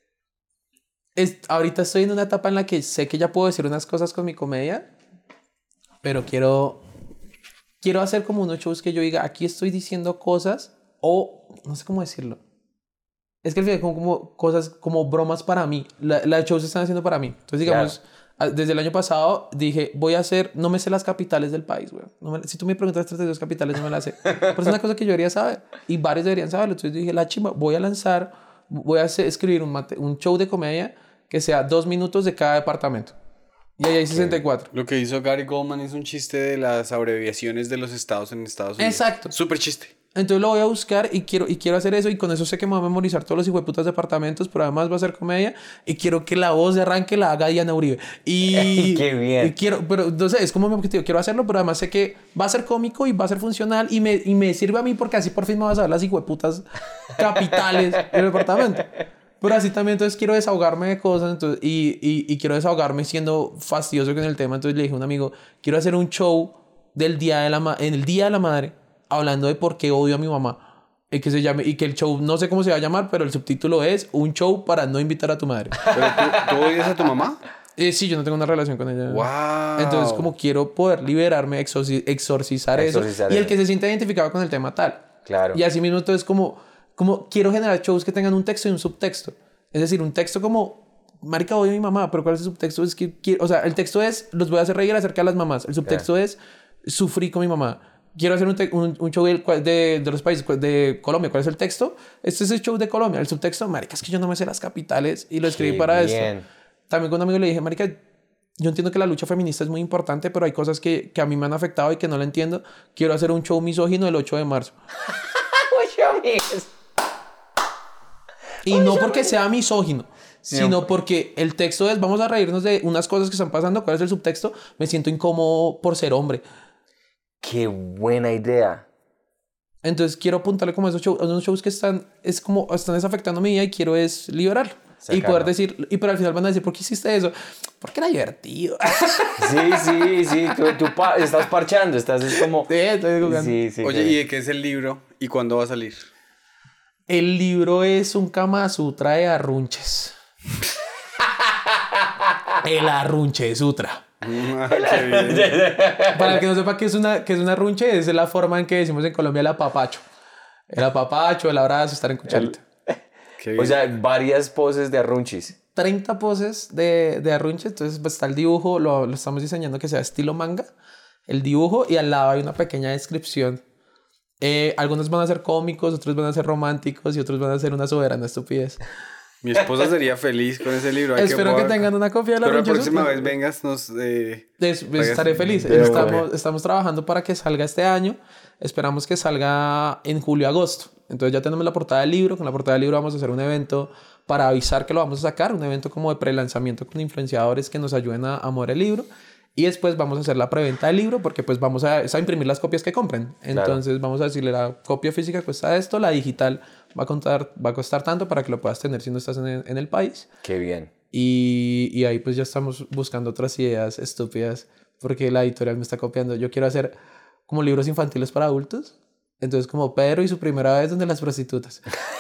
ahorita estoy en una etapa en la que sé que ya puedo decir unas cosas con mi comedia, pero quiero hacer como unos shows que yo diga, aquí estoy diciendo cosas o no sé cómo decirlo. Es que al final como cosas, como bromas para mí. La shows se están haciendo para mí. Entonces, digamos, desde el año pasado dije, voy a hacer, no me sé las capitales del país, güey. Si tú me preguntas 32 capitales, no me las sé. Pero es una cosa que yo debería saber. Y varios deberían saberlo. Entonces dije, la chimba, voy a escribir un show de comedia que sea 2 minutos de cada departamento. Y ahí hay 64. Lo que hizo Gary Goldman es un chiste de las abreviaciones de los estados en Estados Unidos. Exacto. Súper chiste. Entonces lo voy a buscar y quiero hacer eso y con eso sé que me voy a memorizar todos los hijueputas departamentos, pero además va a ser comedia y quiero que la voz de arranque la haga Diana Uribe. Y qué bien. Pero entonces es como mi objetivo, quiero hacerlo, pero además sé que va a ser cómico y va a ser funcional y me sirve a mí porque así por fin me vas a ver las hijueputas capitales del departamento. Pero así también entonces quiero desahogarme de cosas entonces, y quiero desahogarme siendo fastidioso con el tema. Entonces le dije a un amigo, quiero hacer un show en el Día de la Madre hablando de por qué odio a mi mamá y que se llame, y que el show no sé cómo se va a llamar, pero el subtítulo es un show para no invitar a tu madre. ¿Pero tú odias a tu mamá? Sí, yo no tengo una relación con ella. Wow. Entonces como quiero poder liberarme, exorcizar eso y el que se sienta identificado con el tema tal. Claro. Y así mismo entonces como quiero generar shows que tengan un texto y un subtexto. Es decir, un texto como marica, odio a mi mamá, pero ¿cuál es el subtexto? Es que o sea, el texto es los voy a hacer reír acerca de las mamás. El subtexto es sufrí con mi mamá. Quiero hacer un show de los países de Colombia. ¿Cuál es el texto? Este es el show de Colombia. El subtexto, marica, es que yo no me sé las capitales y lo escribí para esto. También con un amigo le dije, marica, yo entiendo que la lucha feminista es muy importante, pero hay cosas que a mí me han afectado y que no la entiendo. Quiero hacer un show misógino el 8 de marzo. Y no porque sea misógino, sino porque el texto es, vamos a reírnos de unas cosas que están pasando. ¿Cuál es el subtexto? Me siento incómodo por ser hombre. ¡Qué buena idea! Entonces quiero apuntarle como a esos shows que están desafectando mi vida y quiero es liberarlo. Sacarlo. Y poder decir, pero al final van a decir, ¿por qué hiciste eso? Porque era divertido. Sí. Tú estás parchando, es como... Sí, estoy jugando. Sí, oye, ¿y de qué es el libro? ¿Y cuándo va a salir? El libro es un Kama Sutra de arrunches. El arrunche sutra. Para el que no sepa qué es una arrunche, es la forma en que decimos en Colombia el apapacho. El apapacho, el abrazo, estar en cucharita. O sea, varias poses de arrunchis. 30 poses de arrunches. Entonces pues, está el dibujo, lo estamos diseñando que sea estilo manga. El dibujo y al lado hay una pequeña descripción. Algunos van a ser cómicos, otros van a ser románticos y otros van a ser una soberana estupidez. Mi esposa sería feliz con ese libro. Espero que tengan una copia de la Pero la próxima vez vengas, estaré feliz. Estamos trabajando para que salga este año. Esperamos que salga en julio-agosto. Entonces ya tenemos la portada del libro. Con la portada del libro vamos a hacer un evento para avisar que lo vamos a sacar. Un evento como de prelanzamiento con influenciadores que nos ayuden a mover el libro. Y después vamos a hacer la preventa del libro porque pues vamos a imprimir las copias que compren. Entonces vamos a decirle la copia física cuesta esto, la digital va a costar tanto para que lo puedas tener si no estás en el país. Qué bien. Y ahí pues ya estamos buscando otras ideas estúpidas porque la editorial me está copiando. Yo quiero hacer como libros infantiles para adultos. Entonces como Pedro y su primera vez donde las prostitutas.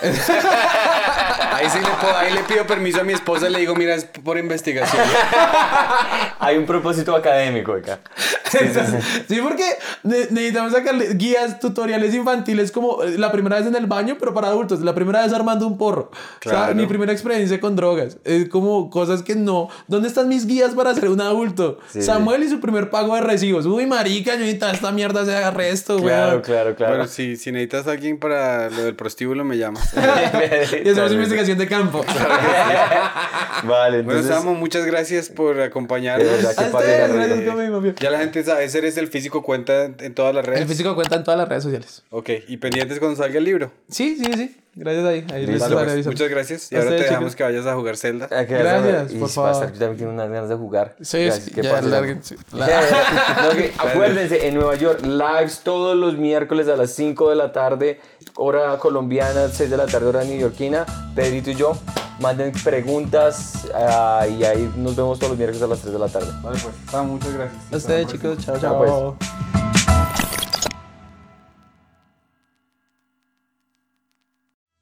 Ahí le pido permiso a mi esposa y le digo, mira, es por investigación. Hay un propósito académico acá. Sí, porque necesitamos sacarle guías, tutoriales infantiles como la primera vez en el baño, pero para adultos. La primera vez armando un porro. Claro. O sea, mi primera experiencia con drogas. Es como cosas que no... ¿Dónde están mis guías para ser un adulto? Sí. Samuel y su primer pago de recibos. Uy, marica, yo necesito esta mierda se haga resto, güey. Claro. Bueno, si necesitas a alguien para lo del prostíbulo, me llamas. Y hacemos investigación de campo. Vale, entonces... Bueno, Samu, muchas gracias por acompañarnos. Ya la gente sabe, ese eres el físico cuenta en todas las redes. El físico cuenta en todas las redes sociales. Ok, y pendientes cuando salga el libro. Sí. Gracias ahí. Pues, muchas gracias. Y ahora te dejamos que vayas a jugar Zelda. Gracias, por favor. Yo también tengo unas ganas de jugar. Sí, ya lárguense. Acuérdense, en Nueva York, lives todos los miércoles a las 5 de la tarde. hora colombiana, 6 de la tarde, hora neoyorquina. Pedrito y yo, manden preguntas y ahí nos vemos todos los miércoles a las 3 de la tarde. Vale, pues, muchas gracias. A ustedes, chicos. Chao, Chao, pues. chao.